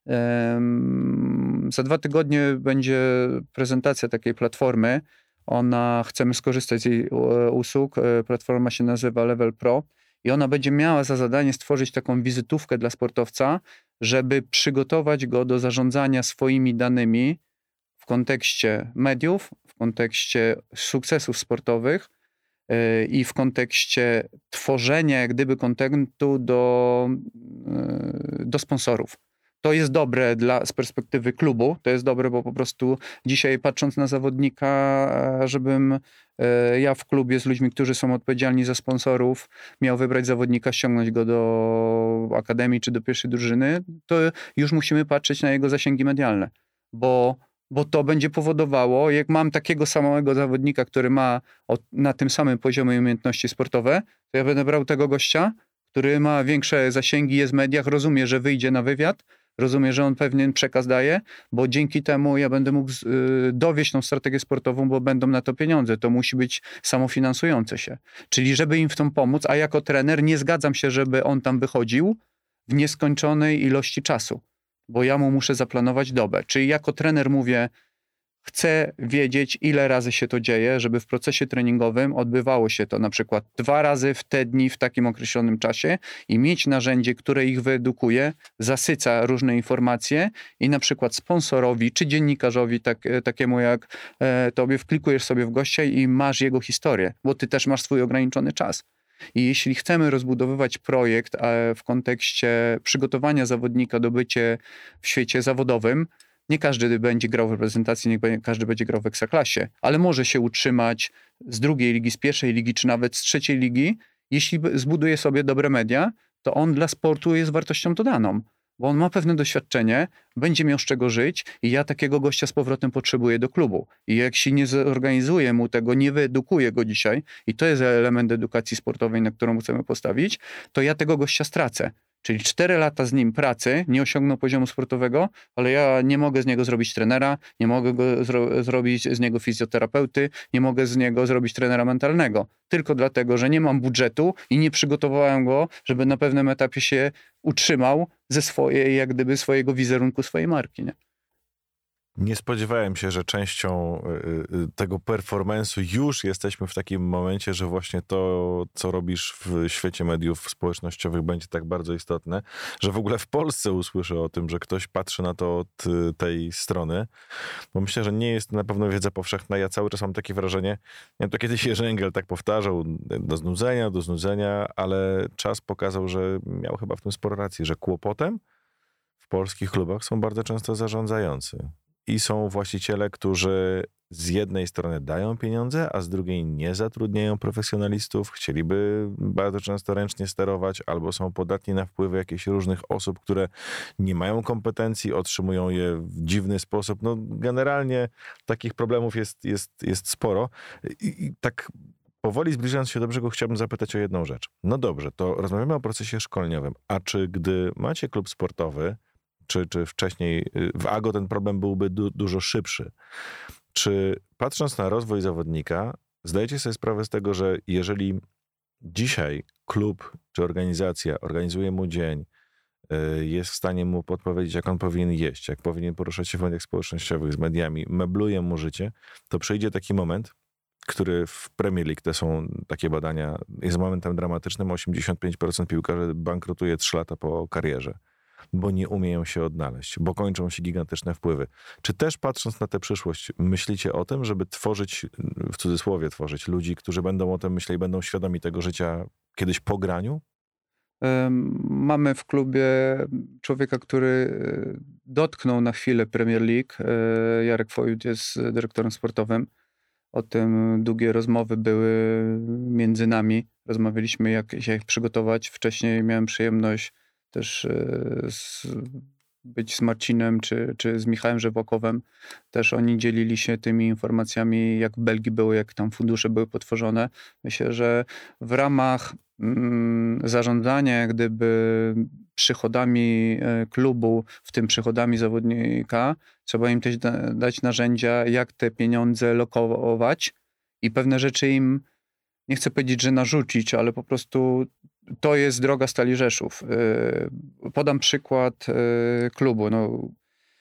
za dwa tygodnie będzie prezentacja takiej platformy, ona, chcemy skorzystać z jej usług, platforma się nazywa Level Pro. I ona będzie miała za zadanie stworzyć taką wizytówkę dla sportowca, żeby przygotować go do zarządzania swoimi danymi w kontekście mediów, w kontekście sukcesów sportowych yy, i w kontekście tworzenia jak gdyby kontentu do, yy, do sponsorów. To jest dobre dla, z perspektywy klubu, to jest dobre, bo po prostu dzisiaj patrząc na zawodnika, żebym e, ja w klubie z ludźmi, którzy są odpowiedzialni za sponsorów, miał wybrać zawodnika, ściągnąć go do akademii czy do pierwszej drużyny, to już musimy patrzeć na jego zasięgi medialne, bo, bo to będzie powodowało, jak mam takiego samego zawodnika, który ma o, na tym samym poziomie umiejętności sportowe, to ja będę brał tego gościa, który ma większe zasięgi, jest w mediach, rozumie, że wyjdzie na wywiad, rozumie, że on pewien przekaz daje, bo dzięki temu ja będę mógł y, dowieść tą strategię sportową, bo będą na to pieniądze. To musi być samofinansujące się. Czyli żeby im w tym pomóc, a jako trener nie zgadzam się, żeby on tam wychodził w nieskończonej ilości czasu, bo ja mu muszę zaplanować dobę. Czyli jako trener mówię, chcę wiedzieć, ile razy się to dzieje, żeby w procesie treningowym odbywało się to na przykład dwa razy w te dni w takim określonym czasie i mieć narzędzie, które ich wyedukuje, zasyca różne informacje i na przykład sponsorowi czy dziennikarzowi tak, takiemu jak e, tobie wklikujesz sobie w gościa i masz jego historię, bo ty też masz swój ograniczony czas. I jeśli chcemy rozbudowywać projekt e, w kontekście przygotowania zawodnika do bycia w świecie zawodowym, nie każdy będzie grał w reprezentacji, nie każdy będzie grał w Ekstraklasie, ale może się utrzymać z drugiej ligi, z pierwszej ligi, czy nawet z trzeciej ligi. Jeśli zbuduje sobie dobre media, to on dla sportu jest wartością dodaną, bo on ma pewne doświadczenie, będzie miał z czego żyć i ja takiego gościa z powrotem potrzebuję do klubu. I jak się nie zorganizuję mu tego, nie wyedukuję go dzisiaj, i to jest element edukacji sportowej, na którą chcemy postawić, to ja tego gościa stracę. Czyli cztery lata z nim pracy, nie osiągnął poziomu sportowego, ale ja nie mogę z niego zrobić trenera, nie mogę go zro- zrobić z niego fizjoterapeuty, nie mogę z niego zrobić trenera mentalnego. Tylko dlatego, że nie mam budżetu i nie przygotowałem go, żeby na pewnym etapie się utrzymał ze swojej, jak gdyby swojego wizerunku, swojej marki, nie? Nie spodziewałem się, że częścią tego performance'u już jesteśmy w takim momencie, że właśnie to, co robisz w świecie mediów społecznościowych, będzie tak bardzo istotne, że w ogóle w Polsce usłyszę o tym, że ktoś patrzy na to od tej strony, bo myślę, że nie jest to na pewno wiedza powszechna. Ja cały czas mam takie wrażenie, nie wiem, to kiedyś Jerzy Engel tak powtarzał, do znudzenia, do znudzenia, ale czas pokazał, że miał chyba w tym sporo racji, że kłopotem w polskich klubach są bardzo często zarządzający. I są właściciele, którzy z jednej strony dają pieniądze, a z drugiej nie zatrudniają profesjonalistów, chcieliby bardzo często ręcznie sterować, albo są podatni na wpływy jakichś różnych osób, które nie mają kompetencji, otrzymują je w dziwny sposób. No generalnie takich problemów jest, jest, jest sporo. I, i tak powoli zbliżając się do brzegu, chciałbym zapytać o jedną rzecz. No dobrze, to rozmawiamy o procesie szkoleniowym, a czy gdy macie klub sportowy, Czy, czy wcześniej w A G O ten problem byłby du, dużo szybszy. Czy patrząc na rozwój zawodnika, zdajecie sobie sprawę z tego, że jeżeli dzisiaj klub czy organizacja organizuje mu dzień, jest w stanie mu podpowiedzieć, jak on powinien jeść, jak powinien poruszać się w mediach społecznościowych, z mediami, mebluje mu życie, to przyjdzie taki moment, który w Premier League, te są takie badania, jest momentem dramatycznym, osiemdziesiąt pięć procent piłkarzy bankrutuje trzy lata po karierze, bo nie umieją się odnaleźć, bo kończą się gigantyczne wpływy. Czy też patrząc na tę przyszłość, myślicie o tym, żeby tworzyć, w cudzysłowie tworzyć, ludzi, którzy będą o tym myśleli, będą świadomi tego życia kiedyś po graniu? Mamy w klubie człowieka, który dotknął na chwilę Premier League. Jarek Wojut jest dyrektorem sportowym. O tym długie rozmowy były między nami. Rozmawialiśmy, jak się ich przygotować. Wcześniej miałem przyjemność też z, być z Marcinem czy, czy z Michałem Żywokowem. Też oni dzielili się tymi informacjami, jak w Belgii były, jak tam fundusze były potworzone. Myślę, że w ramach mm, zarządzania jak gdyby przychodami klubu, w tym przychodami zawodnika, trzeba im też da, dać narzędzia, jak te pieniądze lokować i pewne rzeczy im, nie chcę powiedzieć, że narzucić, ale po prostu to jest droga Stali Rzeszów. Podam przykład klubu. No,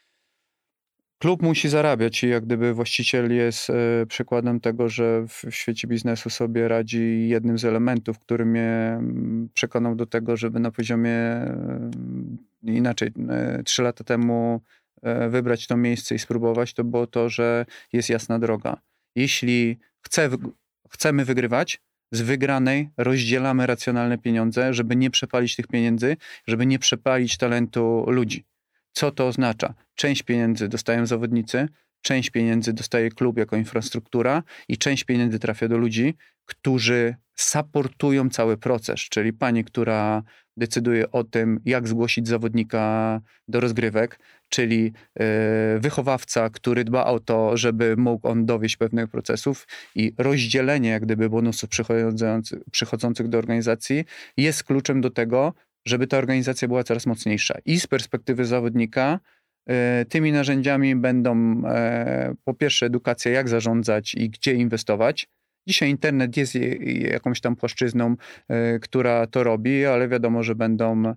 klub musi zarabiać i jak gdyby właściciel jest przykładem tego, że w świecie biznesu sobie radzi. Jednym z elementów, który mnie przekonał do tego, żeby na poziomie inaczej, trzy lata temu wybrać to miejsce i spróbować, to było to, że jest jasna droga. Jeśli chce, chcemy wygrywać, z wygranej rozdzielamy racjonalne pieniądze, żeby nie przepalić tych pieniędzy, żeby nie przepalić talentu ludzi. Co to oznacza? Część pieniędzy dostają zawodnicy, część pieniędzy dostaje klub jako infrastruktura i część pieniędzy trafia do ludzi, którzy supportują cały proces, czyli pani, która decyduje o tym, jak zgłosić zawodnika do rozgrywek, czyli yy, wychowawca, który dba o to, żeby mógł on dowieść pewnych procesów i rozdzielenie jak gdyby bonusów przychodzących, przychodzących do organizacji jest kluczem do tego, żeby ta organizacja była coraz mocniejsza. I z perspektywy zawodnika yy, tymi narzędziami będą yy, po pierwsze edukacja, jak zarządzać i gdzie inwestować. Dzisiaj internet jest jakąś tam płaszczyzną, yy, która to robi, ale wiadomo, że będą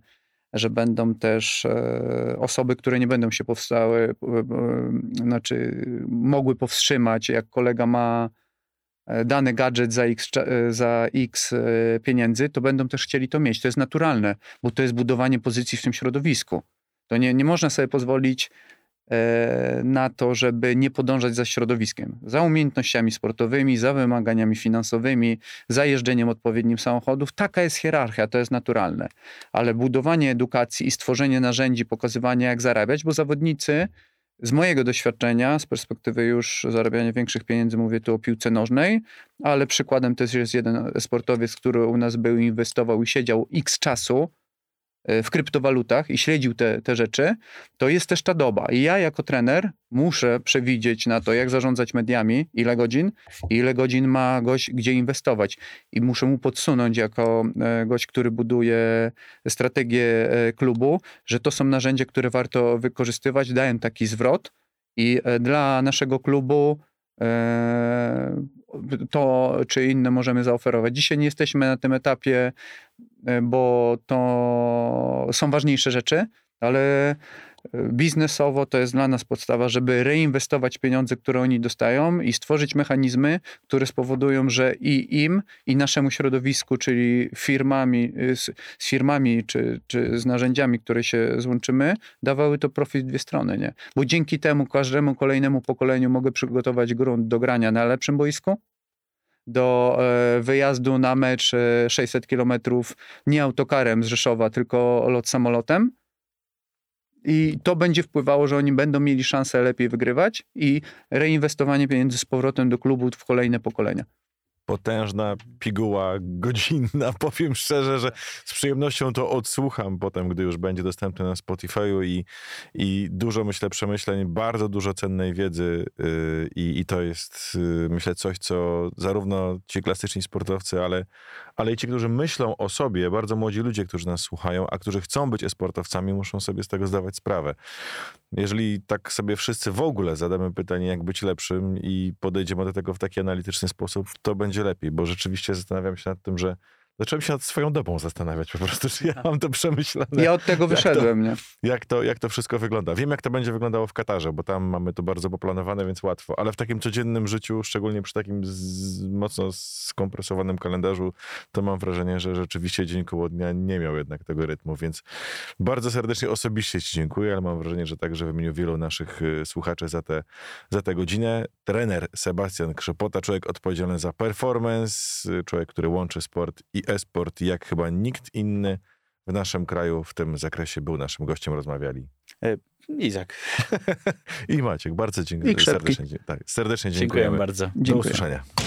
że będą też e, osoby, które nie będą się powstały, e, e, znaczy mogły powstrzymać, jak kolega ma dany gadżet za x, za x pieniędzy, to będą też chcieli to mieć. To jest naturalne, bo to jest budowanie pozycji w tym środowisku. To nie, nie można sobie pozwolić e, na to, żeby nie podążać za środowiskiem. Za umiejętnościami sportowymi, za wymaganiami finansowymi, za jeżdżeniem odpowiednim samochodów. Taka jest hierarchia, to jest naturalne. Ale budowanie edukacji i stworzenie narzędzi, pokazywanie jak zarabiać, bo zawodnicy z mojego doświadczenia, z perspektywy już zarabiania większych pieniędzy, mówię tu o piłce nożnej, ale przykładem też jest jeden sportowiec, który u nas był, inwestował i siedział x czasu w kryptowalutach i śledził te, te rzeczy, to jest też ta doba. I ja jako trener muszę przewidzieć na to, jak zarządzać mediami, ile godzin, i ile godzin ma gość gdzie inwestować. I muszę mu podsunąć jako gość, który buduje strategię klubu, że to są narzędzia, które warto wykorzystywać. Dałem taki zwrot i dla naszego klubu to czy inne możemy zaoferować. Dzisiaj nie jesteśmy na tym etapie, bo to są ważniejsze rzeczy, ale biznesowo to jest dla nas podstawa, żeby reinwestować pieniądze, które oni dostają i stworzyć mechanizmy, które spowodują, że i im, i naszemu środowisku, czyli firmami, z, z firmami czy, czy z narzędziami, które się złączymy, dawały to profit w dwie strony, nie? Bo dzięki temu każdemu kolejnemu pokoleniu mogę przygotować grunt do grania na lepszym boisku, do e, wyjazdu na mecz e, sześćset kilometrów nie autokarem z Rzeszowa, tylko lot samolotem. I to będzie wpływało, że oni będą mieli szansę lepiej wygrywać i reinwestowanie pieniędzy z powrotem do klubu w kolejne pokolenia. Potężna piguła godzinna. Powiem szczerze, że z przyjemnością to odsłucham potem, gdy już będzie dostępny na Spotify'u i, i dużo, myślę, przemyśleń, bardzo dużo cennej wiedzy yy, i to jest, yy, myślę, coś, co zarówno ci klasyczni sportowcy, ale, ale i ci, którzy myślą o sobie, bardzo młodzi ludzie, którzy nas słuchają, a którzy chcą być e-sportowcami, muszą sobie z tego zdawać sprawę. Jeżeli tak sobie wszyscy w ogóle zadamy pytanie, jak być lepszym i podejdziemy do tego w taki analityczny sposób, to będzie lepiej, bo rzeczywiście zastanawiam się nad tym, że zacząłem się nad swoją dobą zastanawiać po prostu, czy ja mam to przemyślane. Ja od tego wyszedłem, jak nie? To, jak, to, jak to wszystko wygląda. Wiem, jak to będzie wyglądało w Katarze, bo tam mamy to bardzo poplanowane, więc łatwo, ale w takim codziennym życiu, szczególnie przy takim z, mocno skompresowanym kalendarzu, to mam wrażenie, że rzeczywiście dzień koło dnia nie miał jednak tego rytmu, więc bardzo serdecznie osobiście ci dziękuję, ale mam wrażenie, że także w imieniu wielu naszych słuchaczy za tę za tę godzinę. Trener Sebastian Krzepota, człowiek odpowiedzialny za performance, człowiek, który łączy sport i e-sport, jak chyba nikt inny w naszym kraju w tym zakresie był naszym gościem, rozmawiali. E, Izak. I Maciek, bardzo dziękuję. I serdecznie, tak, serdecznie dziękuję dziękujemy. bardzo. Do Dziękuję. usłyszenia.